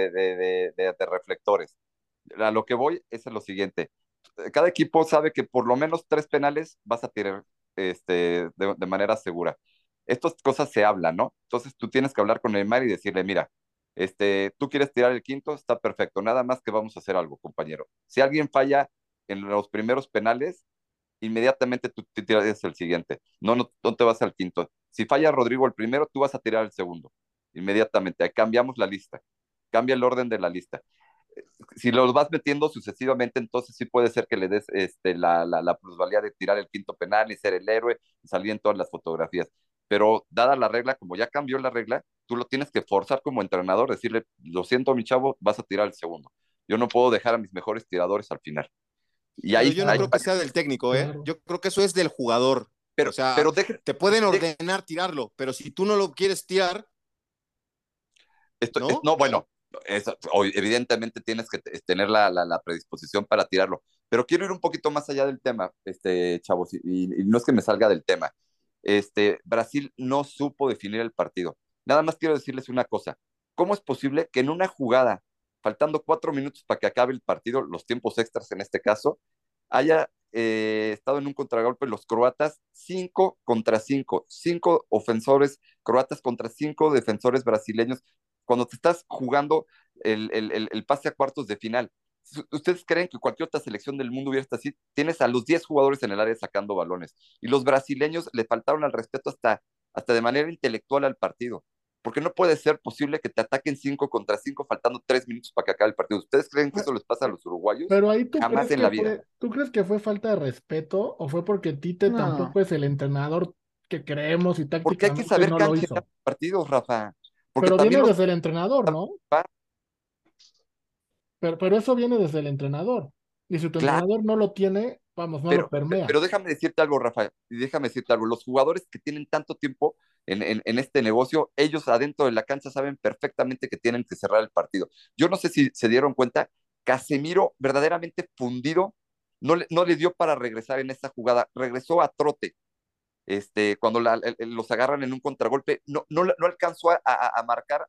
de reflectores. A lo que voy es a lo siguiente. Cada equipo sabe que por lo menos 3 penales vas a tirar de manera segura. Estas cosas se hablan, ¿no? Entonces tú tienes que hablar con Neymar y decirle, mira, tú quieres tirar el quinto, está perfecto, nada más que vamos a hacer algo, compañero. Si alguien falla en los primeros penales, inmediatamente tú te tiras el siguiente. No te vas al quinto. Si falla Rodrigo el primero, tú vas a tirar el segundo. Inmediatamente. Ahí cambiamos la lista. Cambia el orden de la lista. Si los vas metiendo sucesivamente, entonces sí puede ser que le des la plusvalía de tirar el quinto penal y ser el héroe y salir en todas las fotografías. Pero dada la regla, como ya cambió la regla, tú lo tienes que forzar como entrenador, decirle, lo siento, mi chavo, vas a tirar el segundo. Yo no puedo dejar a mis mejores tiradores al final. Y Pero ahí, yo no ahí Claro, creo que sea del técnico, ¿eh? claro. Yo creo que eso es del jugador. O sea, pero deje, te pueden deje, ordenar tirarlo, pero si tú no lo quieres tirar, ¿no? no, bueno, evidentemente tienes que tener la predisposición para tirarlo, pero quiero ir un poquito más allá del tema, chavos, y no es que me salga del tema. Brasil no supo definir el partido. Nada más quiero decirles una cosa. ¿Cómo es posible que en una jugada, faltando 4 minutos para que acabe el partido, los tiempos extras en este caso, haya estado en un contragolpe los croatas 5 contra 5, 5 ofensores croatas contra 5 defensores brasileños, cuando te estás jugando el pase a cuartos de final? ¿Ustedes creen que cualquier otra selección del mundo hubiera estado así? Tienes a los 10 jugadores en el área sacando balones y los brasileños le faltaron al respeto hasta hasta de manera intelectual al partido. Porque no puede ser posible que te ataquen 5 contra 5 faltando 3 minutos para que acabe el partido. ¿Ustedes creen que eso les pasa a los uruguayos? Pero ahí Jamás en la vida. ¿tú crees que fue falta de respeto o fue porque Tite No. tampoco es el entrenador que creemos y Porque hay que tácticamente saber no lo canchear hizo? los partidos, Rafa. Porque Pero también viene los... desde el entrenador, ¿no? Pero eso viene desde el entrenador. Y si tu Claro, entrenador no lo tiene, vamos, no lo permea. pero déjame decirte algo, Rafa, y déjame decirte algo. Los jugadores que tienen tanto tiempo en este negocio, ellos adentro de la cancha saben perfectamente que tienen que cerrar el partido. Yo no sé si se dieron cuenta, Casemiro verdaderamente fundido, no le dio para regresar en esa jugada, regresó a trote. Cuando los agarran en un contragolpe, no alcanzó a marcar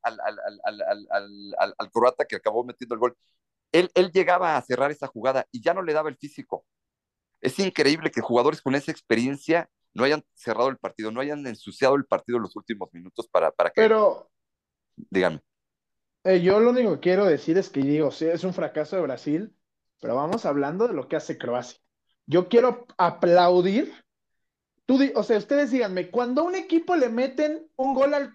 al croata que acabó metiendo el gol. Él llegaba a cerrar esa jugada y ya no le daba el físico. Es increíble que jugadores con esa experiencia no hayan cerrado el partido, no hayan ensuciado el partido en los últimos minutos para que, Pero díganme. yo lo único que quiero decir es que digo, sí, es un fracaso de Brasil, pero vamos hablando de lo que hace Croacia. Yo quiero aplaudir. O sea, ustedes díganme, cuando a un equipo le meten un gol al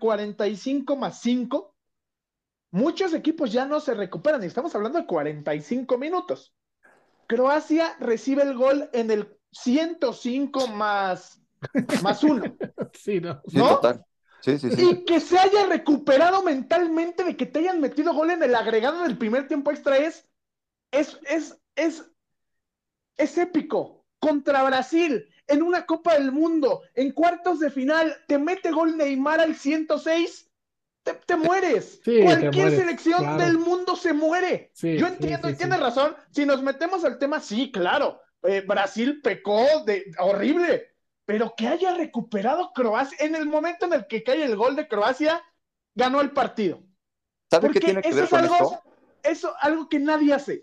45+5, muchos equipos ya no se recuperan, y estamos hablando de 45 minutos. Croacia recibe el gol en el 105 más 1, Sí, no. Sí, ¿no? total. Sí, sí, sí. Y que se haya recuperado mentalmente de que te hayan metido gol en el agregado del primer tiempo extra es, es, es, es épico. Contra Brasil, en una Copa del Mundo, en cuartos de final, te mete gol Neymar al 106, te mueres. Sí, te Cualquier mueres, selección del claro. mundo se muere. Yo Sí, sí, entiendo sí, y tienes sí. razón. Si nos metemos al tema, sí, claro. Brasil pecó de horrible, pero que haya recuperado Croacia en el momento en el que cae el gol de Croacia, ganó el partido. ¿Saben qué Porque tiene que ver con esto? eso algo que nadie hace.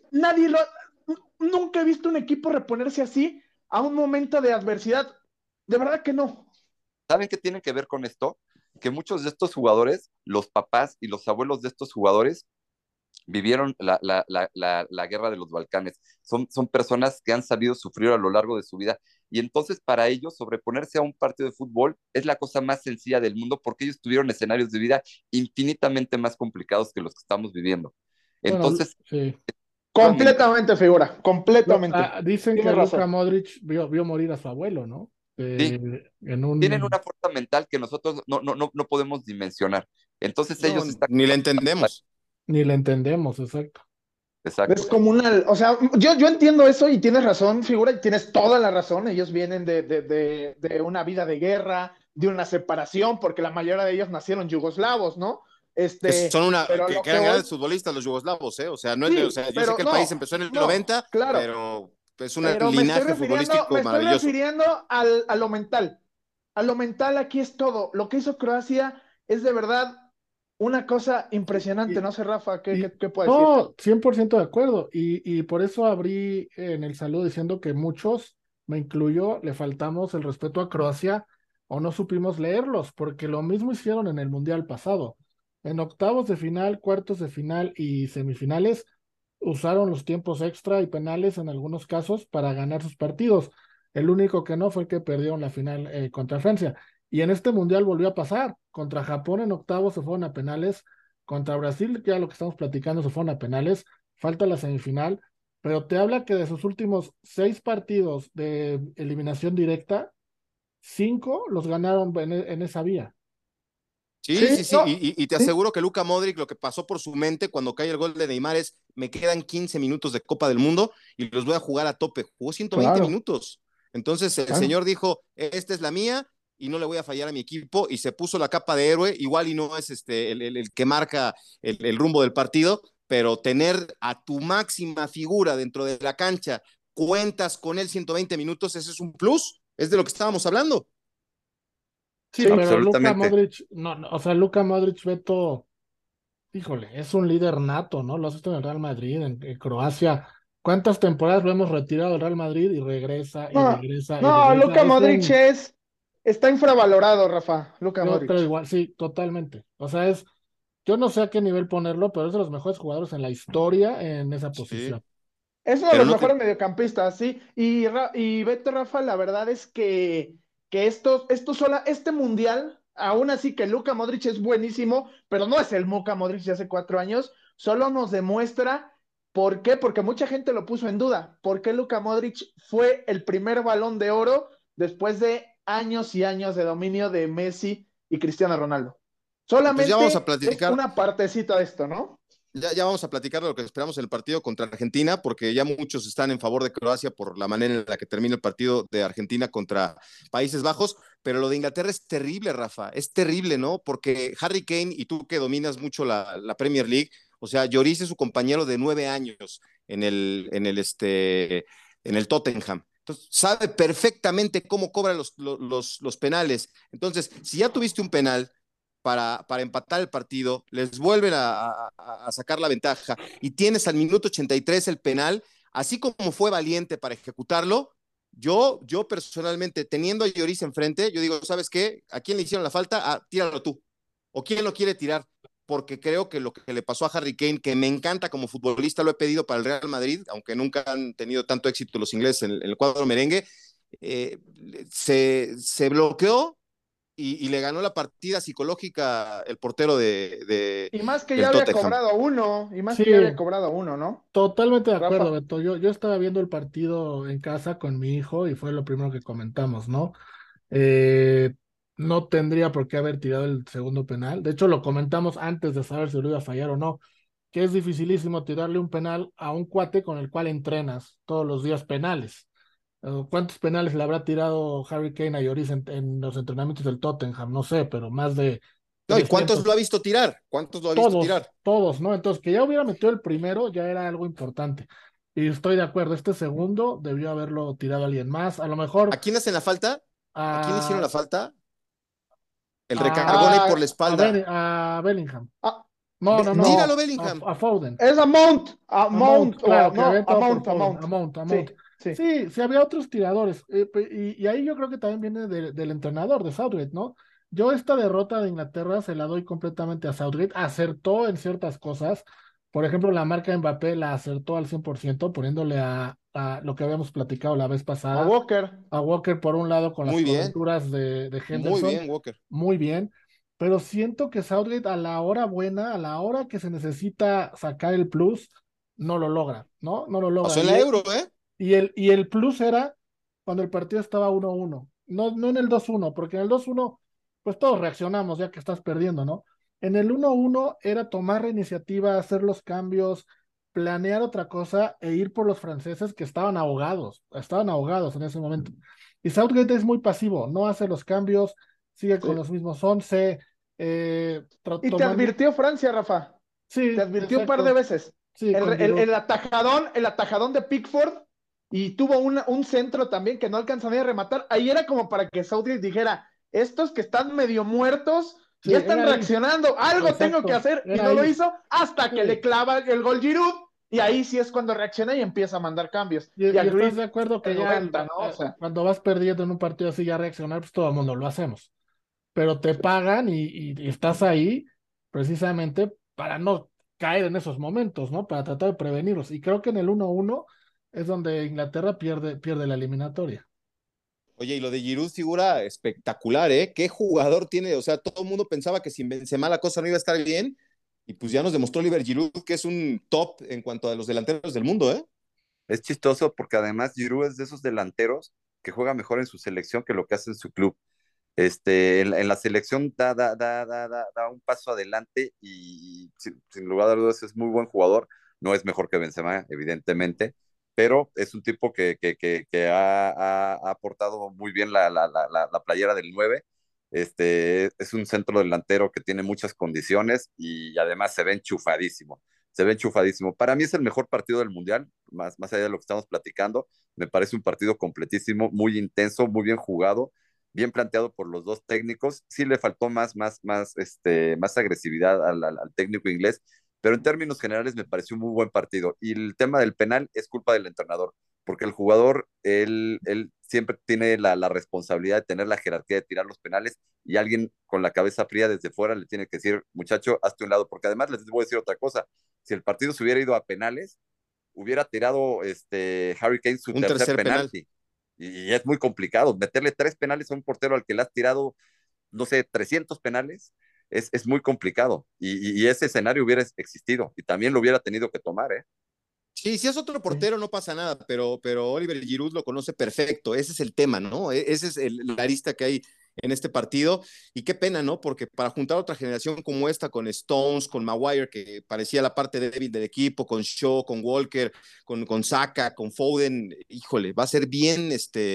Nunca he visto un equipo reponerse así a un momento de adversidad. De verdad que no. ¿Saben qué tiene que ver con esto? Que muchos de estos jugadores, los papás y los abuelos de estos jugadores, vivieron la guerra de los Balcanes. Son personas que han sabido sufrir a lo largo de su vida. Y entonces para ellos sobreponerse a un partido de fútbol es la cosa más sencilla del mundo porque ellos tuvieron escenarios de vida infinitamente más complicados que los que estamos viviendo. Bueno, Entonces, sí. Completamente figura, completamente. Dicen que Tienes Luka razón. Modric vio morir a su abuelo, ¿no? sí, En tienen un... una fuerza mental que nosotros no podemos dimensionar. Entonces No, ellos están... ni la entendemos. Ni le entendemos, exacto. Es Exacto. comunal, o sea, yo entiendo eso y tienes razón, figura, y tienes toda la razón. Ellos vienen de una vida de guerra, de una separación, porque la mayoría de ellos nacieron yugoslavos, ¿no? Que son Pero que lo que eran voy, grandes futbolistas los yugoslavos, ¿eh? O sea, o sí, sea, yo sé pero que el país no, empezó en el no, 90, claro, pero es un pero linaje futbolístico me estoy maravilloso. refiriendo a lo mental. A lo mental aquí es todo. Lo que hizo Croacia es de verdad una cosa impresionante. Y, No sé, Rafa, y qué puedo decir? no, 100% de acuerdo. Y por eso abrí en el saludo diciendo que muchos, me incluyo, le faltamos el respeto a Croacia o no supimos leerlos, porque lo mismo hicieron en el Mundial pasado. En octavos de final, cuartos de final y semifinales usaron los tiempos extra y penales en algunos casos para ganar sus partidos. El único que no fue el que perdió en la final contra Francia. Y en este mundial volvió a pasar. Contra Japón en octavos se fueron a penales. Contra Brasil, ya lo que estamos platicando, se fueron a penales. Falta la semifinal. Pero te habla que de sus últimos 6 partidos de eliminación directa, 5 los ganaron en esa vía. Sí, Sí, sí, sí, no, y te sí, aseguro que Luka Modric lo que pasó por su mente cuando cae el gol de Neymar es, me quedan 15 minutos de Copa del Mundo y los voy a jugar a tope. Jugó 120 claro, minutos. Entonces el claro. señor dijo, esta es la mía y no le voy a fallar a mi equipo y se puso la capa de héroe, igual y no es el que marca el rumbo del partido, pero tener a tu máxima figura dentro de la cancha, cuentas con él 120 minutos, ese es un plus, es de lo que estábamos hablando. Sí, Sí, pero Luka Absolutamente. Modric, no, no, o sea, Luka Modric, Beto, híjole, es un líder nato, ¿no? Lo has visto en el Real Madrid, en Croacia. ¿Cuántas temporadas lo hemos retirado del Real Madrid y regresa y no, regresa y no, regresa? Luka Modric está infravalorado, Rafa, Luka Pero Modric. igual, sí, totalmente. O sea, yo no sé a qué nivel ponerlo, pero es de los mejores jugadores en la historia en esa Sí, posición. Es uno de pero los no mejores te... mediocampistas, sí. Y Beto, Rafa, la verdad es que este mundial aún así que Luka Modric es buenísimo, pero no es el Luka Modric de hace 4 años, solo nos demuestra por qué, porque mucha gente lo puso en duda, por qué Luka Modric fue el primer Balón de Oro después de años y años de dominio de Messi y Cristiano Ronaldo. Pues ya vamos a Solamente es platicar. una partecita de esto, ¿no? Ya vamos a platicar de lo que esperamos en el partido contra Argentina, porque ya muchos están en favor de Croacia por la manera en la que termina el partido de Argentina contra Países Bajos, pero lo de Inglaterra es terrible, Rafa, es terrible, ¿no? Porque Harry Kane, y tú que dominas mucho la Premier League, o sea, Lloris es su compañero de 9 años en el Tottenham. Entonces, sabe perfectamente cómo cobra los penales. Entonces, si ya tuviste un penal para empatar el partido, les vuelven a sacar la ventaja y tienes al minuto 83 el penal, así como fue valiente para ejecutarlo, yo personalmente, teniendo a Lloris enfrente, yo digo, ¿sabes qué? ¿A quién le hicieron la falta? Ah, tíralo tú. ¿O quién lo quiere tirar? Porque creo que lo que le pasó a Harry Kane, que me encanta como futbolista, lo he pedido para el Real Madrid, aunque nunca han tenido tanto éxito los ingleses en el cuadro merengue, eh, se bloqueó y le ganó la partida psicológica el portero Y más que ya del había Tottenham. cobrado uno, Sí, ¿no? totalmente de acuerdo, Rafa. Beto. Yo estaba viendo el partido en casa con mi hijo y fue lo primero que comentamos, ¿no? Eh, no tendría por qué haber tirado el segundo penal. De hecho, lo comentamos antes de saber si lo iba a fallar o no, que es dificilísimo tirarle un penal a un cuate con el cual entrenas todos los días penales. ¿Cuántos penales le habrá tirado Harry Kane a Lloris en los entrenamientos del Tottenham? No sé, pero más de No, ¿y cuántos 300. lo ha visto tirar? ¿Cuántos lo ha visto Todos, tirar? todos, ¿no? Entonces, que ya hubiera metido el primero ya era algo importante. Y estoy de acuerdo, este segundo debió haberlo tirado alguien más. A lo mejor ¿A quién hacen la falta? ¿A quién le hicieron la a, falta? El recargón ahí por Ah, la espalda. A Bellingham. ah, No, no, no. Tíralo, no, Bellingham. A Foden. es a A Mount, Mount, claro, que había no, entrado por A Foden. Mount. A Mount, a Mount. Sí, sí. Sí, sí había otros tiradores. Y ahí yo creo que también viene del entrenador, de Southgate, ¿no? Yo esta derrota de Inglaterra se la doy completamente a Southgate. Acertó en ciertas cosas. Por ejemplo, la marca de Mbappé la acertó al 100%, poniéndole a lo que habíamos platicado la vez A pasada, Walker. a Walker por un lado con las Muy bien, coberturas de muy Henderson, bien, Walker. muy bien, pero siento que Southgate a la hora buena, a la hora que se necesita sacar el plus, no lo logra, ¿no? No lo logra. Pasó en la Euro, ¿eh? Y el plus era cuando el partido estaba 1-1, no en el 2-1, porque en el 2-1, pues todos reaccionamos ya que estás perdiendo, ¿no? En el 1-1 era tomar la iniciativa, hacer los cambios, planear otra cosa e ir por los franceses que estaban ahogados en ese momento. Y Southgate es muy pasivo, no hace los cambios, sigue con Sí. los mismos 11, Y te tomando. advirtió Francia, Rafa. Te Sí, advirtió un par de exacto. veces. Sí, con Giroud. El atajadón de Pickford y tuvo un centro también que no alcanzó ni a rematar. Ahí era como para que Southgate dijera, estos que están medio muertos Sí, ya están era ahí. reaccionando, algo tengo que Exacto, hacer y era no lo ahí. hizo hasta que Sí. le clava el gol Giroud y ahí sí es cuando reacciona y empieza a mandar cambios. Y a Y estás Grealish de acuerdo que el ya 90, ¿no? O sea, cuando vas perdiendo en un partido así ya reaccionar, pues todo el mundo lo hacemos. Pero te pagan y estás ahí precisamente para no caer en esos momentos, ¿no? Para tratar de prevenirlos. Y creo que en el 1-1 es donde Inglaterra pierde la eliminatoria. Oye, y lo de Giroud figura espectacular, ¿eh? ¿Qué jugador tiene? O sea, todo el mundo pensaba que sin Benzema la cosa no iba a estar bien, y pues ya nos demostró Oliver Giroud que es un top en cuanto a los delanteros del mundo, ¿eh? Es chistoso porque además Giroud es de esos delanteros que juega mejor en su selección que lo que hace en su club. En la selección da un paso adelante y sin lugar a dudas es muy buen jugador. No es mejor que Benzema, evidentemente, pero es un tipo que ha aportado muy bien la playera del 9. Es un centro delantero que tiene muchas condiciones y además se ve enchufadísimo. Se ve enchufadísimo. Para mí es el mejor partido del Mundial, más allá de lo que estamos platicando. Me parece un partido completísimo, muy intenso, muy bien jugado, bien planteado por los dos técnicos. Sí le faltó más agresividad al técnico inglés, pero en términos generales me pareció un muy buen partido. Y el tema del penal es culpa del entrenador, porque el jugador, él siempre tiene la responsabilidad de tener la jerarquía de tirar los penales y alguien con la cabeza fría desde fuera le tiene que decir, muchacho, hazte un lado, porque además les voy a decir otra cosa, si el partido se hubiera ido a penales, hubiera tirado Harry Kane su Un tercer tercer penal. penalti. Y es muy complicado meterle 3 penales a un portero al que le has tirado no sé, 300 penales, es muy complicado. Y ese escenario hubiera existido y también lo hubiera tenido que tomar, ¿eh? Sí, si es otro Sí. portero no pasa nada, pero Oliver Giroud lo conoce perfecto, ese es el tema, ¿no? Ese es la arista que hay en este partido y qué pena, ¿no? Porque para juntar otra generación como esta con Stones, con Maguire, que parecía la parte débil del equipo, con Shaw, con Walker, con Saka, con Foden, híjole, va a ser bien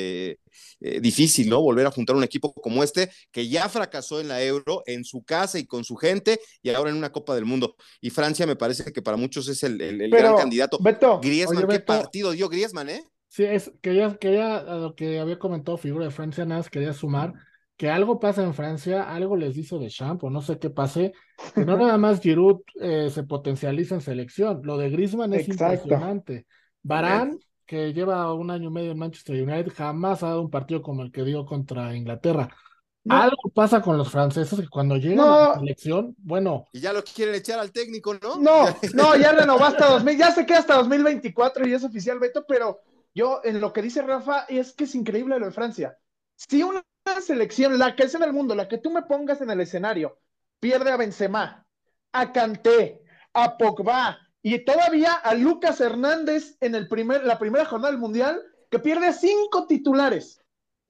difícil, ¿no? Volver a juntar un equipo como este que ya fracasó en la Euro, en su casa y con su gente y ahora en una Copa del Mundo. Y Francia me parece que para muchos es el gran Pero, candidato. Beto, Oye, Griezmann, qué Beto, partido dio Griezmann, ¿eh? sí, quería, a lo que había comentado Figura de Francia, nada más quería sumar que algo pasa en Francia, algo les dice Deschamps, o no sé qué pase, que no nada más Giroud se potencializa en selección, lo de Griezmann es exacto. impresionante. También. Varane, que lleva un año y medio en Manchester United, jamás ha dado un partido como el que dio contra Inglaterra. No, Algo pasa con los franceses que cuando llegan a la no, selección, bueno, Y ya lo quieren echar al técnico, ¿no? Ya... no, ya renovó hasta 2000, ya se queda hasta 2024 y es oficial, Beto, pero yo en lo que dice Rafa es que es increíble lo de Francia. Si una selección, la que es en el mundo, la que tú me pongas en el escenario, pierde a Benzema, a Kanté, a Pogba y todavía a Lucas Hernández en la primera jornada del Mundial, que pierde a 5 titulares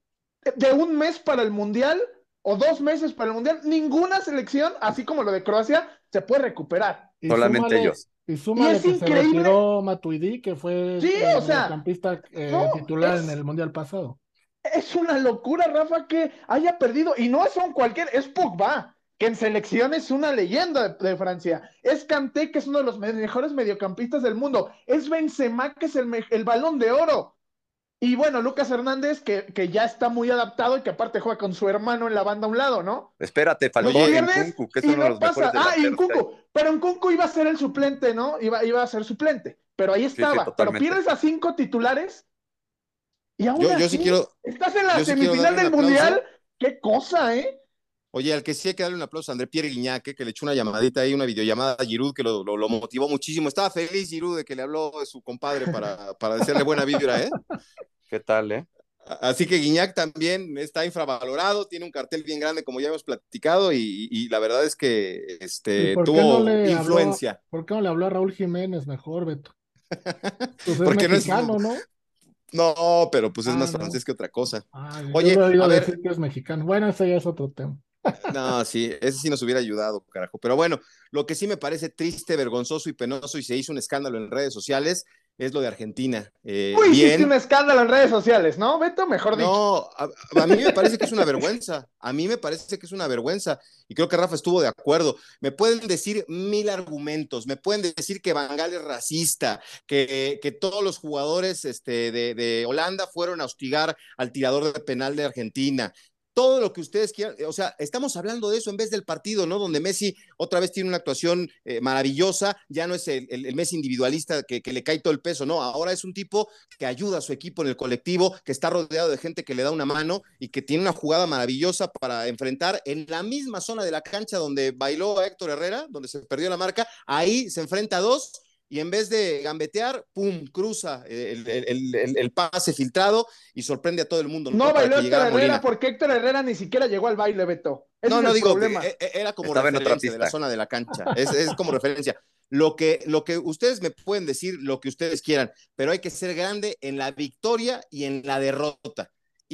de un mes para el Mundial o 2 meses para el Mundial, ninguna selección, así como lo de Croacia, se puede recuperar. Solamente ellos. y Y súmale es que se increíble, retiró Matuidi, que fue sí, o sea, mediocampista no, titular en el Mundial pasado. es una locura, Rafa, que haya perdido. Y no son cualquier, es Pogba, que en selección es una leyenda de Francia. Es Kanté, que es uno de los mejores mediocampistas del mundo. Es Benzema, que es el balón de oro. Y bueno, Lucas Hernández, que ya está muy adaptado y que aparte juega con su hermano en la banda a un lado, ¿no? Espérate, Los faltó Oye, pierdes Nkunku, que es y uno de no los mejores pasa. Ah, y delanteros que hay. Nkunku, pero Nkunku iba a ser el suplente, ¿no? Iba a ser suplente, pero ahí Sí, sí, estaba. Pero totalmente. pierdes a 5 titulares y aún yo sí así quiero, estás en la yo sí quiero semifinal darle un del Mundial. aplauso. Qué cosa, ¿eh? Oye, al que sí hay que darle un aplauso a André Pierre Guignac, que le echó una llamadita ahí, una videollamada a Giroud, que lo motivó muchísimo. Estaba feliz Giroud de que le habló de su compadre para decirle buena vibra, ¿eh? ¿Qué tal, eh? Así que Guiñac también está infravalorado, tiene un cartel bien grande, como ya hemos platicado, y la verdad es que ¿Y por qué no tuvo le habló, influencia, por qué no le habló a Raúl Jiménez mejor, Beto? Pues es porque no es, mexicano, ¿no? no, pero pues es Ah, más no. francés que otra cosa. Ah, yo Oye, lo he a oído ver, decir que es mexicano. Bueno, ese ya es otro tema. no, sí, ese sí nos hubiera ayudado, carajo. Pero bueno, lo que sí me parece triste, vergonzoso y penoso, y se hizo un escándalo en redes sociales, es lo de Argentina. Tú hiciste un Bien, escándalo en redes sociales, ¿no, Beto? Mejor dicho. no, a mí me parece que es una vergüenza, a mí me parece que es una vergüenza y creo que Rafa estuvo de acuerdo. Me pueden decir mil argumentos, me pueden decir que Van Gaal es racista, que todos los jugadores de Holanda fueron a hostigar al tirador de penal de Argentina. Todo lo que ustedes quieran, o sea, estamos hablando de eso en vez del partido, ¿no? Donde Messi otra vez tiene una actuación maravillosa, ya no es el Messi individualista que le cae todo el peso, no, ahora es un tipo que ayuda a su equipo en el colectivo, que está rodeado de gente que le da una mano y que tiene una jugada maravillosa para enfrentar en la misma zona de la cancha donde bailó a Héctor Herrera, donde se perdió la marca, ahí se enfrenta a dos y en vez de gambetear, ¡pum!, cruza el pase filtrado y sorprende a todo el mundo, No ¿no? Para bailó que Héctor llegara Herrera Molina. porque Héctor Herrera ni siquiera llegó al baile, Beto. Ese No, es no el digo, problema. era como Estaba en otra referencia de la pista. zona de la cancha, es como referencia. Lo que ustedes me pueden decir, lo que ustedes quieran, pero hay que ser grande en la victoria y en la derrota.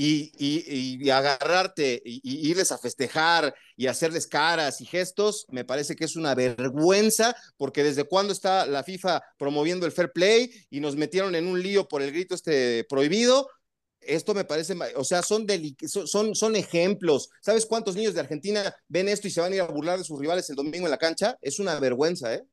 Y agarrarte y irles a festejar y hacerles caras y gestos, me parece que es una vergüenza, porque desde cuándo está la FIFA promoviendo el fair play y nos metieron en un lío por el grito prohibido. Esto me parece, o sea, son ejemplos. ¿Sabes cuántos niños de Argentina ven esto y se van a ir a burlar de sus rivales el domingo en la cancha? Es una vergüenza, ¿eh?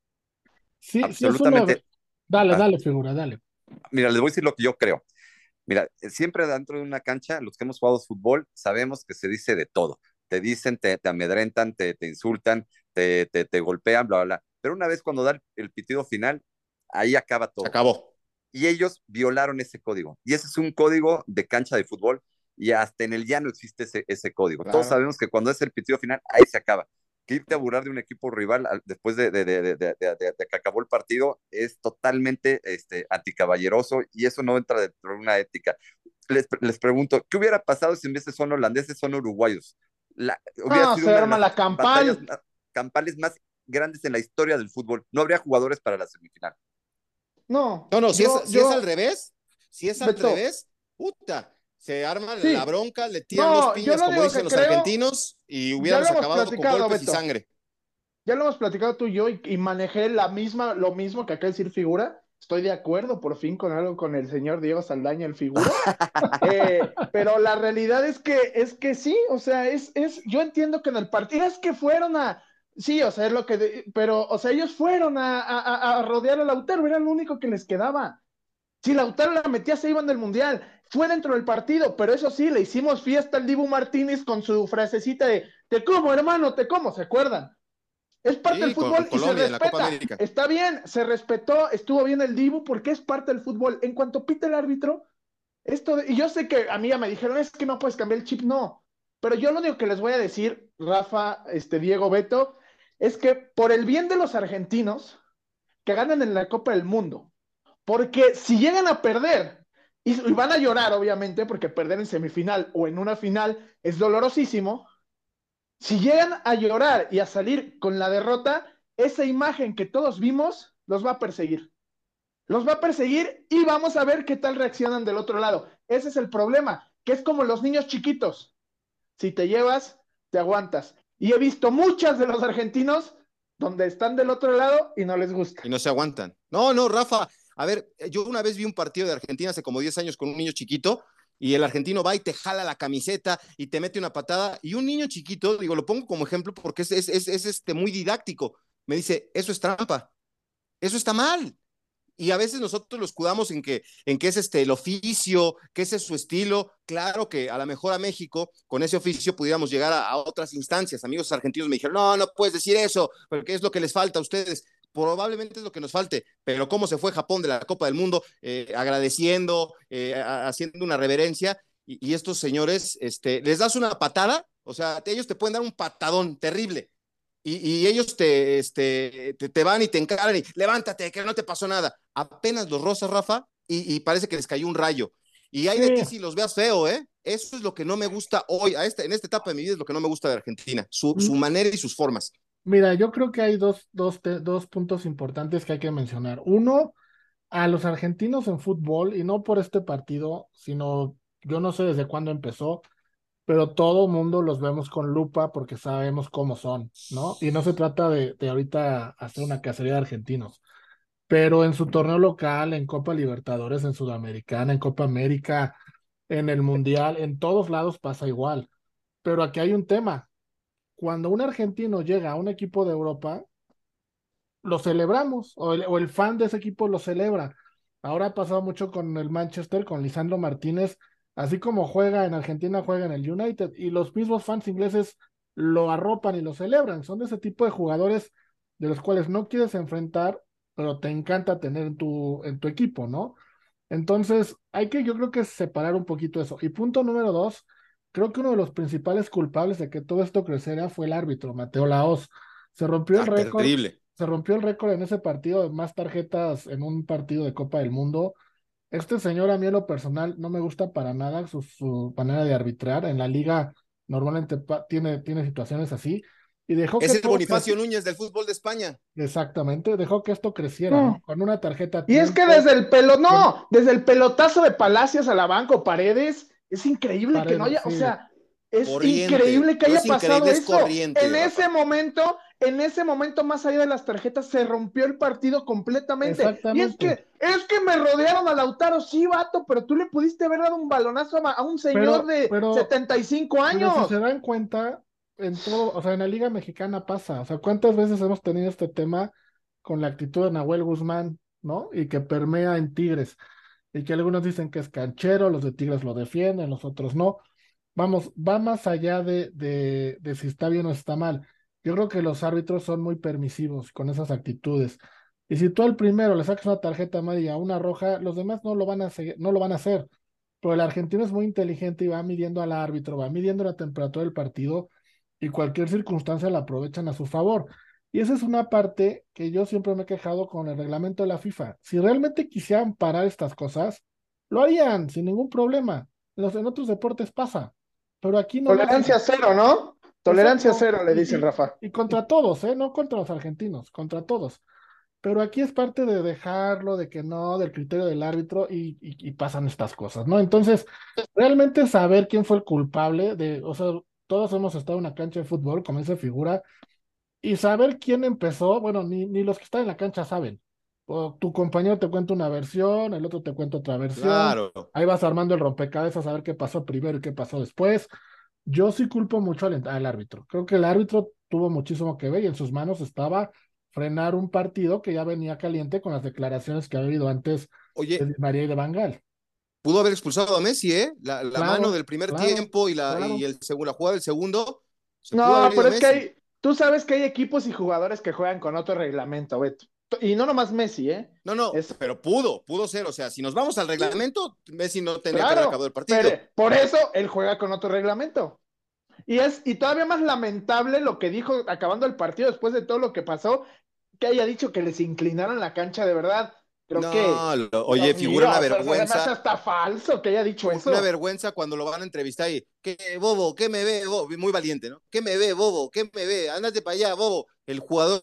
Sí, sí es una... Absolutamente. Dale, Ah, dale, figura, dale. mira, les voy a decir lo que yo creo. Mira, siempre dentro de una cancha, los que hemos jugado fútbol, sabemos que se dice de todo. Te dicen, te amedrentan, te insultan, te golpean, bla, bla, bla. Pero una vez cuando da el pitido final, ahí acaba Se todo. acabó. Y ellos violaron ese código. Y ese es un código de cancha de fútbol y hasta en el llano existe ese código. Todos Claro. sabemos que cuando es el pitido final, ahí se acaba. Que irte a burlar de un equipo rival después de que acabó el partido es totalmente anticaballeroso y eso no entra dentro de una ética. Les pregunto, ¿qué hubiera pasado si en vez de son holandeses son uruguayos? hubiera No, sido se una de arma las la batallas campal. campales más grandes en la historia del fútbol. No habría jugadores para la semifinal. No, No, si es al yo, revés, si es al Beto, revés, puta, se arma la sí. bronca, le tiran dos No, yo piñas, lo como único dicen que los creo, argentinos, y ya lo hubiéramos hemos acabado con platicado, golpes y Beto. sangre. Ya lo hemos platicado tú y yo y manejé lo mismo que acá decir figura. Estoy de acuerdo por fin con algo con el señor Diego Saldaña, el figura. Pero la realidad es que sí, o sea, yo entiendo que en el partido es que fueron sí, o sea, es lo pero, o sea, ellos fueron a rodear a Lautaro, era lo único que les quedaba. Si Lautaro la metía, se iban del Mundial. Fue dentro del partido, pero eso sí, le hicimos fiesta al Dibu Martínez con su frasecita de te como, hermano, te como, ¿se acuerdan? Es parte del Sí, con fútbol y se Colombia en la Copa respeta. América. Está bien, se respetó, estuvo bien el Dibu porque es parte del fútbol. En cuanto pita el árbitro, y yo sé que a mí ya me dijeron, es que no puedes cambiar el chip, no. Pero yo lo único que les voy a decir, Rafa, Diego, Beto, es que por el bien de los argentinos, que ganen en la Copa del Mundo, porque si llegan a perder, y van a llorar, obviamente, porque perder en semifinal o en una final es dolorosísimo, si llegan a llorar y a salir con la derrota, esa imagen que todos vimos los va a perseguir. Los va a perseguir y vamos a ver qué tal reaccionan del otro lado. Ese es el problema, que es como los niños chiquitos. Si te llevas, te aguantas. Y he visto muchas de los argentinos donde están del otro lado y no les gusta. Y no se aguantan. No, no, Rafa, a ver, yo una vez vi un partido de Argentina hace como 10 años con un niño chiquito y el argentino va y te jala la camiseta y te mete una patada y un niño chiquito, digo, lo pongo como ejemplo porque es muy didáctico, me dice, eso es trampa, eso está mal. Y a veces nosotros lo escudamos en que es el oficio, que ese es su estilo. Claro que a lo mejor a México, con ese oficio, pudiéramos llegar a otras instancias. Amigos argentinos me dijeron, no, no puedes decir eso, porque es lo que les falta a ustedes. Probablemente es lo que nos falte, pero cómo se fue Japón de la Copa del Mundo, agradeciendo, haciendo una reverencia, y estos señores, les das una patada, o sea, ellos te pueden dar un patadón terrible, y ellos te van y te encaran y levántate, que no te pasó nada. Apenas los rozas, Rafa, y parece que les cayó un rayo. Y hay de ti Sí, si los veas feo, ¿eh? Eso es lo que no me gusta hoy, en esta etapa de mi vida es lo que no me gusta de Argentina, su manera y sus formas. Mira, yo creo que hay dos puntos importantes que hay que mencionar. Uno, a los argentinos en fútbol, y no por este partido, sino yo no sé desde cuándo empezó, pero todo mundo los vemos con lupa porque sabemos cómo son, ¿no? Y no se trata de ahorita hacer una cacería de argentinos, pero en su torneo local, en Copa Libertadores, en Sudamericana, en Copa América, en el Mundial, en todos lados pasa igual. Pero aquí hay un tema. Cuando un argentino llega a un equipo de Europa, lo celebramos, o el fan de ese equipo lo celebra. Ahora ha pasado mucho con el Manchester, con Lisandro Martínez, así como juega en Argentina, juega en el United, y los mismos fans ingleses lo arropan y lo celebran. Son de ese tipo de jugadores de los cuales no quieres enfrentar, pero te encanta tener en tu equipo, ¿no? Entonces, yo creo que separar un poquito eso. Y punto número dos, creo que uno de los principales culpables de que todo esto creciera fue el árbitro, Mateo Laoz. Se rompió el Ah, récord, terrible. se rompió el récord en ese partido de más tarjetas en un partido de Copa del Mundo. Este señor a mí en lo personal no me gusta para nada su manera de arbitrar. En la liga normalmente tiene situaciones así y dejó que Es el todo Bonifacio creciera. Núñez del fútbol de España. Exactamente, dejó que esto creciera, ¿no? no. Con una tarjeta a Y es que tiempo, con desde el pelotazo de Palacios a la banco Paredes, es increíble que no paredes, haya, o sí, sea, es Corriente. increíble que No haya es pasado increíble, es eso. corriente, Rafa. En ese momento, más allá de las tarjetas, se rompió el partido completamente. Y exactamente. es que me rodearon a Lautaro, sí, vato, pero tú le pudiste haber dado un balonazo a un señor Pero, de pero, 75 pero si se años. dan cuenta, en todo, o sea, en la Liga Mexicana pasa. O sea, ¿cuántas veces hemos tenido este tema con la actitud de Nahuel Guzmán, ¿no? Y que permea en Tigres. Y que algunos dicen que es canchero, los de Tigres lo defienden, los otros no. Vamos, va más allá de si está bien o está mal. Yo creo que los árbitros son muy permisivos con esas actitudes. Y si tú al primero le sacas una tarjeta amarilla, una roja, los demás no lo van a no lo van a hacer. Pero el argentino es muy inteligente y va midiendo al árbitro, va midiendo la temperatura del partido y cualquier circunstancia la aprovechan a su favor. Y esa es una parte que yo siempre me he quejado con el reglamento de la FIFA. Si realmente quisieran parar estas cosas, lo harían sin ningún problema. En otros deportes pasa, pero aquí no lo hacen. Tolerancia cero, ¿no? Tolerancia Exacto. cero, le dicen Rafa. Y contra todos, ¿eh? No contra los argentinos, contra todos. Pero aquí es parte de dejarlo, de que no, del criterio del árbitro y pasan estas cosas, ¿no? Entonces, realmente saber quién fue el culpable o sea, todos hemos estado en una cancha de fútbol, como esa figura, y saber quién empezó, bueno, ni los que están en la cancha saben. O tu compañero te cuenta una versión, el otro te cuenta otra versión, Claro. ahí vas armando el rompecabezas a ver qué pasó primero y qué pasó después. Yo sí culpo mucho al árbitro. Creo que el árbitro tuvo muchísimo que ver y en sus manos estaba frenar un partido que ya venía caliente con las declaraciones que había habido antes de Oye, Di María y de Bangal. pudo haber expulsado a Messi, ¿eh? La mano Claro, del primer claro, tiempo y claro. la jugada del segundo, se pudo No, haber ido pero es que Messi. tú sabes que hay equipos y jugadores que juegan con otro reglamento, Beto. Y no nomás Messi, ¿eh? No, no, Es pero pudo ser. O sea, si nos vamos al reglamento, Messi no tenía que haber acabado claro, el pero partido. por eso él juega con otro reglamento. Y todavía más lamentable lo que dijo acabando el partido después de todo lo que pasó, que haya dicho que les inclinaron la cancha de verdad. Creo que, No, oye, Dios figura mío, una o sea, se me hace vergüenza, hasta falso que haya dicho una eso. vergüenza cuando lo van a entrevistar y, ¿qué bobo? ¿Qué me ve, bobo? Muy valiente, ¿no? ¿Qué me ve, bobo? ¿Qué me ve? Ándate para allá, bobo. El jugador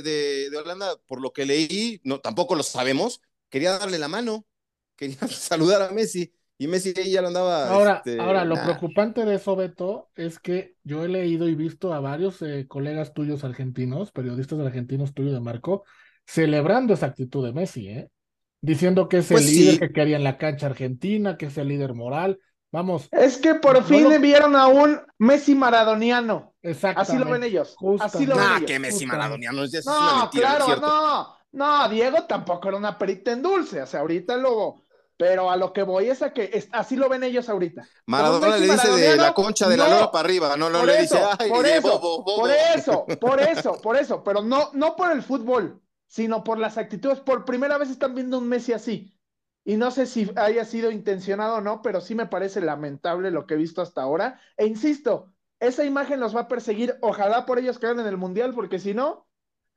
de Holanda, por lo que leí, no, tampoco lo sabemos, quería darle la mano, quería saludar a Messi y Messi ahí ya lo andaba, Ahora, lo nada. preocupante de eso, Beto, es que yo he leído y visto a varios colegas tuyos argentinos, periodistas argentinos tuyos de Marco, celebrando esa actitud de Messi, ¿eh? Diciendo que es el Pues líder sí, que quería en la cancha argentina, que es el líder moral. Vamos, Es que por no fin lo... vieron a un Messi maradoniano. Así lo ven Exactamente, ellos. Así lo ven justamente, nada, que ellos. Messi justamente. Maradona, no, eso es una No, mentira, no es claro, cierto. no. No, Diego tampoco era una perita en dulce. O sea, ahorita lo. Pero a lo que voy es a que así lo ven ellos ahorita. Como un Maradona Messi le dice de la maradoniano, concha de la lora no. para arriba, no, no Por le dice, eso, ay, por de eso, bobo, por bobo. eso, por eso, por eso. Pero no por el fútbol, sino por las actitudes. Por primera vez están viendo un Messi así. Y no sé si haya sido intencionado o no, pero sí me parece lamentable lo que he visto hasta ahora. E insisto, esa imagen los va a perseguir. Ojalá por ellos queden en el Mundial, porque si no,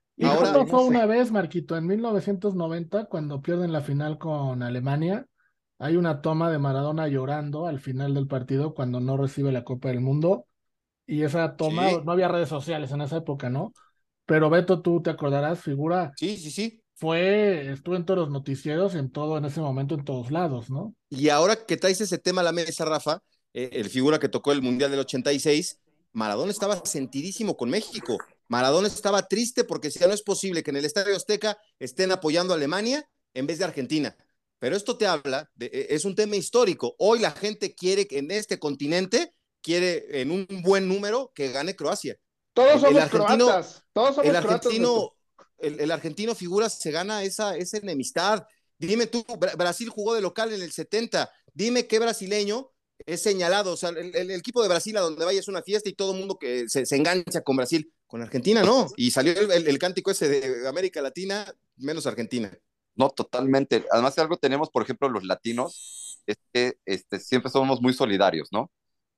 Ya Ahora, híjole, no pasó una sé. vez, Marquito, en 1990, cuando pierden la final con Alemania. Hay una toma de Maradona llorando al final del partido cuando no recibe la Copa del Mundo. Y esa toma, sí, no había redes sociales en esa época, ¿no? Pero Beto, tú te acordarás, figura, sí. estuvo en todos los noticieros, en todo, en ese momento, en todos lados, ¿no? Y ahora que traes ese tema a la mesa, Rafa, el figura que tocó el Mundial del 86, Maradona estaba sentidísimo con México. Maradona estaba triste porque decía, no es posible que en el Estadio Azteca estén apoyando a Alemania en vez de Argentina. Pero esto te habla, es un tema histórico. Hoy la gente quiere que en este continente, quiere en un buen número que gane Croacia. Todos El somos argentino, croatas, todos el somos croatas, Beto. argentino, el argentino figura se gana esa enemistad. Dime tú, Brasil jugó de local en el 70. Dime qué brasileño es señalado. O sea, el equipo de Brasil a donde vaya es una fiesta y todo el mundo que se engancha con Brasil. Con Argentina no. Y salió el cántico ese de América Latina, menos Argentina. No, totalmente. Además, si algo tenemos, por ejemplo, los latinos, es que siempre somos muy solidarios, ¿no?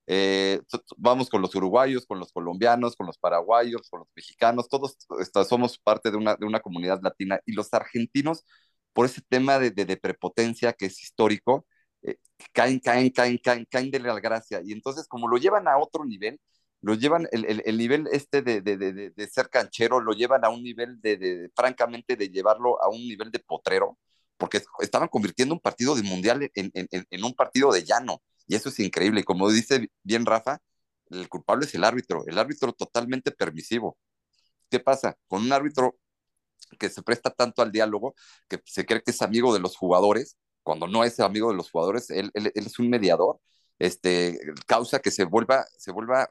Vamos con los uruguayos, con los colombianos, con los paraguayos, con los mexicanos, todos somos parte de una comunidad latina. Y los argentinos, por ese tema de prepotencia que es histórico, caen de la gracia. Y entonces, como lo llevan a otro nivel, lo llevan, el nivel de ser canchero, lo llevan a un nivel francamente, de llevarlo a un nivel de potrero, porque estaban convirtiendo un partido de mundial en un partido de llano. Y eso es increíble. Y como dice bien Rafa, el culpable es el árbitro totalmente permisivo. ¿Qué pasa? Con un árbitro que se presta tanto al diálogo, que se cree que es amigo de los jugadores, cuando no es amigo de los jugadores, él es un mediador, causa que se vuelva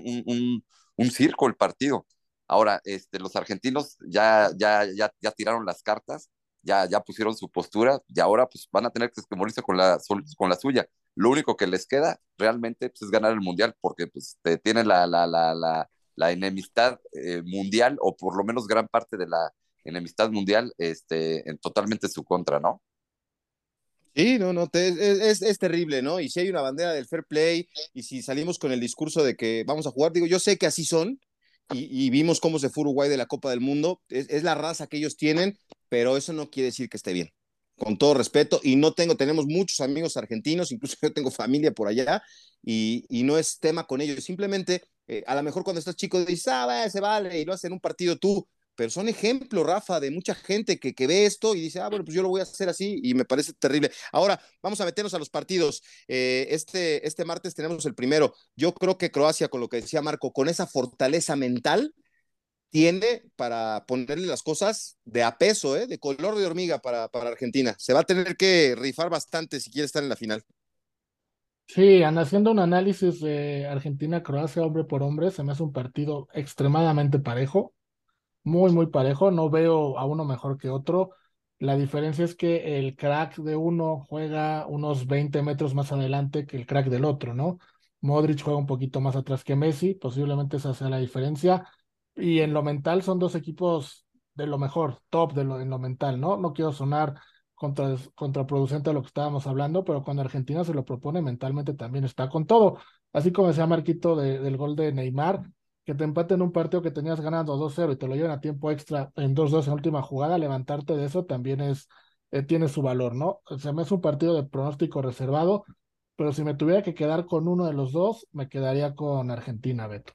un circo el partido. Ahora, los argentinos ya tiraron las cartas, ya pusieron su postura y ahora pues van a tener que morirse con la suya. Lo único que les queda realmente pues, es ganar el mundial porque pues, tienen la enemistad mundial o por lo menos gran parte de la enemistad mundial en totalmente su contra, ¿no? Sí, no, no, es terrible, ¿no? Y si hay una bandera del fair play y si salimos con el discurso de que vamos a jugar, digo, yo sé que así son y vimos cómo se fue Uruguay de la Copa del Mundo, es la raza que ellos tienen, pero eso no quiere decir que esté bien. Con todo respeto, y tenemos muchos amigos argentinos, incluso yo tengo familia por allá, y no es tema con ellos, simplemente A lo mejor cuando estás chico dices, se vale, y lo hacen en un partido tú, pero son ejemplos, Rafa, de mucha gente que ve esto y dice, bueno, pues yo lo voy a hacer así, y me parece terrible. Ahora, vamos a meternos a los partidos. Este martes tenemos el primero. Yo creo que Croacia, con lo que decía Marco, con esa fortaleza mental, tiene para ponerle las cosas de a peso, de color de hormiga para Argentina. Se va a tener que rifar bastante si quiere estar en la final. Sí, haciendo un análisis de Argentina-Croacia hombre por hombre, se me hace un partido extremadamente parejo, muy, muy parejo. No veo a uno mejor que otro. La diferencia es que el crack de uno juega unos 20 metros más adelante que el crack del otro, ¿no? Modric juega un poquito más atrás que Messi, posiblemente esa sea la diferencia. Y en lo mental son dos equipos de lo mejor, top en lo mental, ¿no? No quiero sonar contraproducente a lo que estábamos hablando, pero cuando Argentina se lo propone mentalmente también está con todo. Así como decía Marquito del gol de Neymar, que te empaten un partido que tenías ganando 2-0 y te lo lleven a tiempo extra en 2-2 en última jugada, levantarte de eso también tiene su valor, ¿no? Se me hace un partido de pronóstico reservado, pero si me tuviera que quedar con uno de los dos, me quedaría con Argentina, Beto.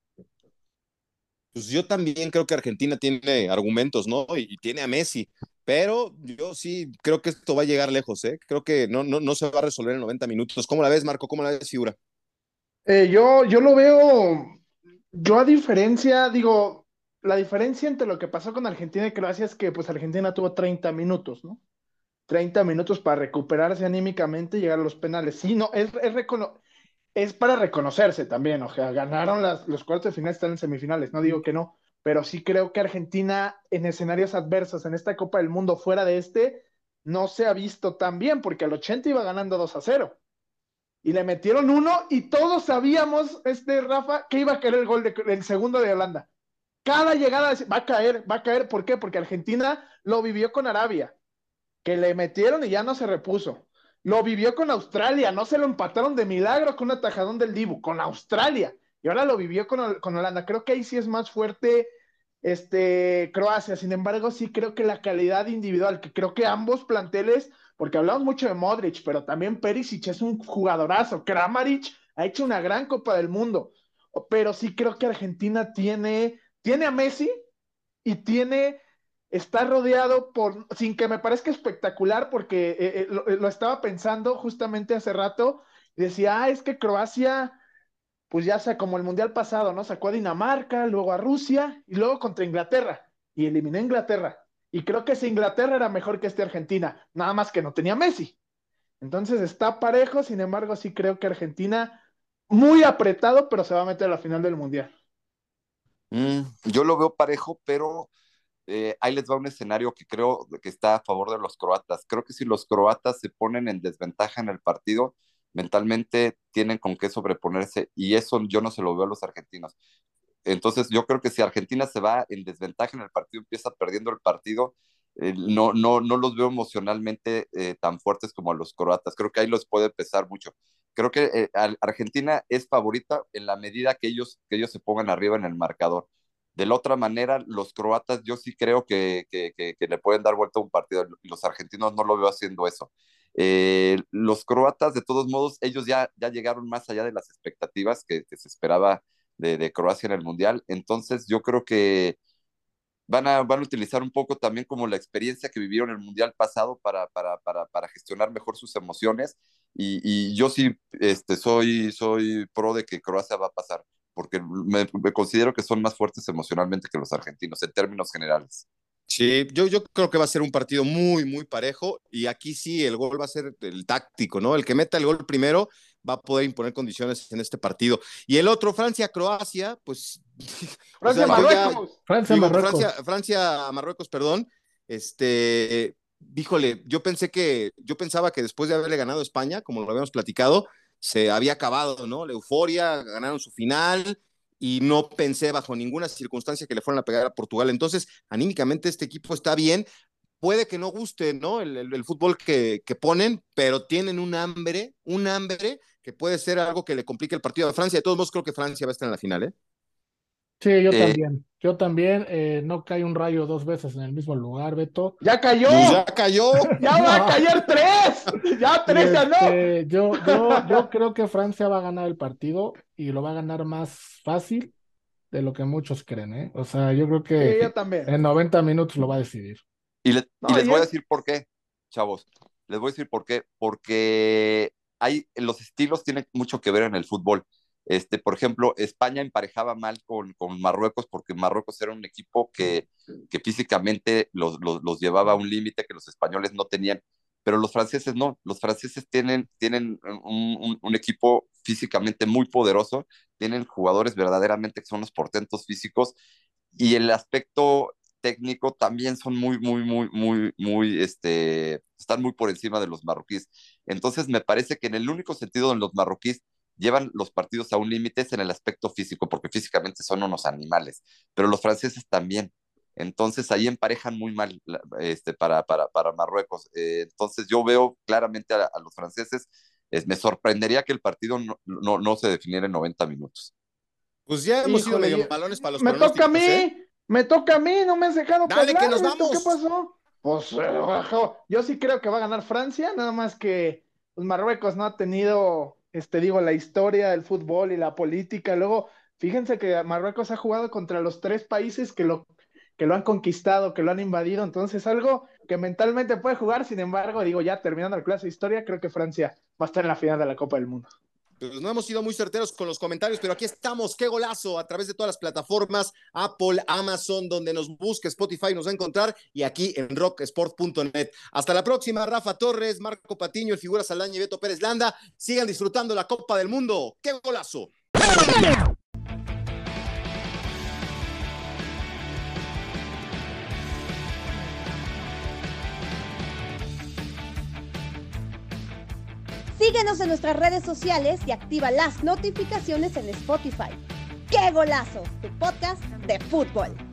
Pues yo también creo que Argentina tiene argumentos, ¿no? Y tiene a Messi, pero yo sí creo que esto va a llegar lejos, ¿eh? Creo que no se va a resolver en 90 minutos. ¿Cómo la ves, Marco? ¿Cómo la ves, figura? Yo lo veo, yo a diferencia, digo, la diferencia entre lo que pasó con Argentina y Croacia es que pues Argentina tuvo 30 minutos, ¿no? 30 minutos para recuperarse anímicamente y llegar a los penales. Sí, no, es para reconocerse también, o sea, ganaron los cuartos de final, están en semifinales, no digo que no, pero sí creo que Argentina en escenarios adversos en esta Copa del Mundo fuera de no se ha visto tan bien, porque al 80 iba ganando 2-0 y le metieron uno y todos sabíamos, Rafa, que iba a caer el segundo de Holanda. Cada llegada va a caer, ¿por qué? Porque Argentina lo vivió con Arabia, que le metieron y ya no se repuso. Lo vivió con Australia, no se lo empataron de milagro con un atajadón del Dibu, con Australia. Y ahora lo vivió con Holanda. Creo que ahí sí es más fuerte Croacia. Sin embargo, sí creo que la calidad individual, que creo que ambos planteles, porque hablamos mucho de Modric, pero también Perisic es un jugadorazo. Kramaric ha hecho una gran Copa del Mundo. Pero sí creo que Argentina tiene a Messi y está rodeado sin que me parezca espectacular, porque lo estaba pensando justamente hace rato, y decía, es que Croacia, pues ya sea como el Mundial pasado, ¿no? Sacó a Dinamarca, luego a Rusia, y luego contra Inglaterra, y eliminó a Inglaterra. Y creo que ese Inglaterra era mejor que Argentina, nada más que no tenía Messi. Entonces está parejo, sin embargo, sí creo que Argentina, muy apretado, pero se va a meter a la final del Mundial. Yo lo veo parejo, pero ahí les va un escenario que creo que está a favor de los croatas. Creo que si los croatas se ponen en desventaja en el partido, mentalmente tienen con qué sobreponerse y eso yo no se lo veo a los argentinos. Entonces yo creo que si Argentina se va en desventaja en el partido, empieza perdiendo el partido, no los veo emocionalmente tan fuertes como a los croatas. Creo que ahí los puede pesar mucho. Creo que Argentina es favorita en la medida que ellos se pongan arriba en el marcador. De la otra manera, los croatas yo sí creo que le pueden dar vuelta a un partido. Los argentinos no lo veo haciendo eso. Los croatas, de todos modos, ellos ya llegaron más allá de las expectativas que se esperaba de Croacia en el Mundial. Entonces yo creo que van a utilizar un poco también como la experiencia que vivieron en el Mundial pasado para gestionar mejor sus emociones. Y yo sí soy pro de que Croacia va a pasar, porque me considero que son más fuertes emocionalmente que los argentinos en términos generales. Sí, yo creo que va a ser un partido muy, muy parejo y aquí sí el gol va a ser el táctico, ¿no? El que meta el gol primero va a poder imponer condiciones en este partido. Y el otro, Francia-Croacia, pues, o sea, yo ya Francia-Marruecos. digo Francia, Francia-Marruecos. Francia-Marruecos, perdón, híjole, yo pensaba que después de haberle ganado a España, como lo habíamos platicado, se había acabado, ¿no? La euforia, ganaron su final y no pensé bajo ninguna circunstancia que le fueran a pegar a Portugal. Entonces, anímicamente este equipo está bien. Puede que no guste, ¿no? El fútbol que ponen, pero tienen un hambre que puede ser algo que le complique el partido a Francia. De todos modos, creo que Francia va a estar en la final, ¿eh? Sí, yo Eh, también. Yo también, no cae un rayo 2 veces en el mismo lugar, Beto. ¡Ya cayó! Pues ya cayó. ¡Ya va a caer 3! ¡Ya 3 ya no! Yo creo que Francia va a ganar el partido y lo va a ganar más fácil de lo que muchos creen, ¿eh? O sea, yo creo Sí, que yo también. en 90 minutos lo va a decidir. Y les No, voy a es- decir por qué, chavos. Les voy a decir por qué. Porque los estilos tienen mucho que ver en el fútbol. Por ejemplo, España emparejaba mal con Marruecos porque Marruecos era un equipo que físicamente los llevaba a un límite que los españoles no tenían. Pero los franceses no. Los franceses tienen un equipo físicamente muy poderoso, tienen jugadores verdaderamente que son los portentos físicos y el aspecto técnico también son están muy por encima de los marroquíes. Entonces me parece que en el único sentido donde los marroquíes llevan los partidos a un límite es en el aspecto físico, porque físicamente son unos animales, pero los franceses también. Entonces ahí emparejan muy mal para Marruecos. Entonces yo veo claramente a los franceses. Me sorprendería que el partido no se definiera en 90 minutos. Pues ya hemos sido Híjole, medio malones para los me toca a pronósticos, ¿eh? mí, me toca a mí, no me has dejado Dale, que hablar, nos Beto, ¿qué vamos. pasó? Pues yo sí creo que va a ganar Francia, nada más que pues, Marruecos no ha tenido, la historia del fútbol y la política. Luego, fíjense que Marruecos ha jugado contra los 3 países que lo han conquistado, que lo han invadido, entonces algo que mentalmente puede jugar, sin embargo, digo, ya terminando el clase de historia, creo que Francia va a estar en la final de la Copa del Mundo. Pues no hemos sido muy certeros con los comentarios, pero aquí estamos, qué golazo, a través de todas las plataformas, Apple, Amazon, donde nos busque, Spotify nos va a encontrar, y aquí en rocksport.net. Hasta la próxima, Rafa Torres, Marco Patiño, el Figura Saldaña y Beto Pérez Landa. Sigan disfrutando la Copa del Mundo. ¡Qué golazo! Síguenos en nuestras redes sociales y activa las notificaciones en Spotify. ¡Qué golazo! Tu podcast de fútbol.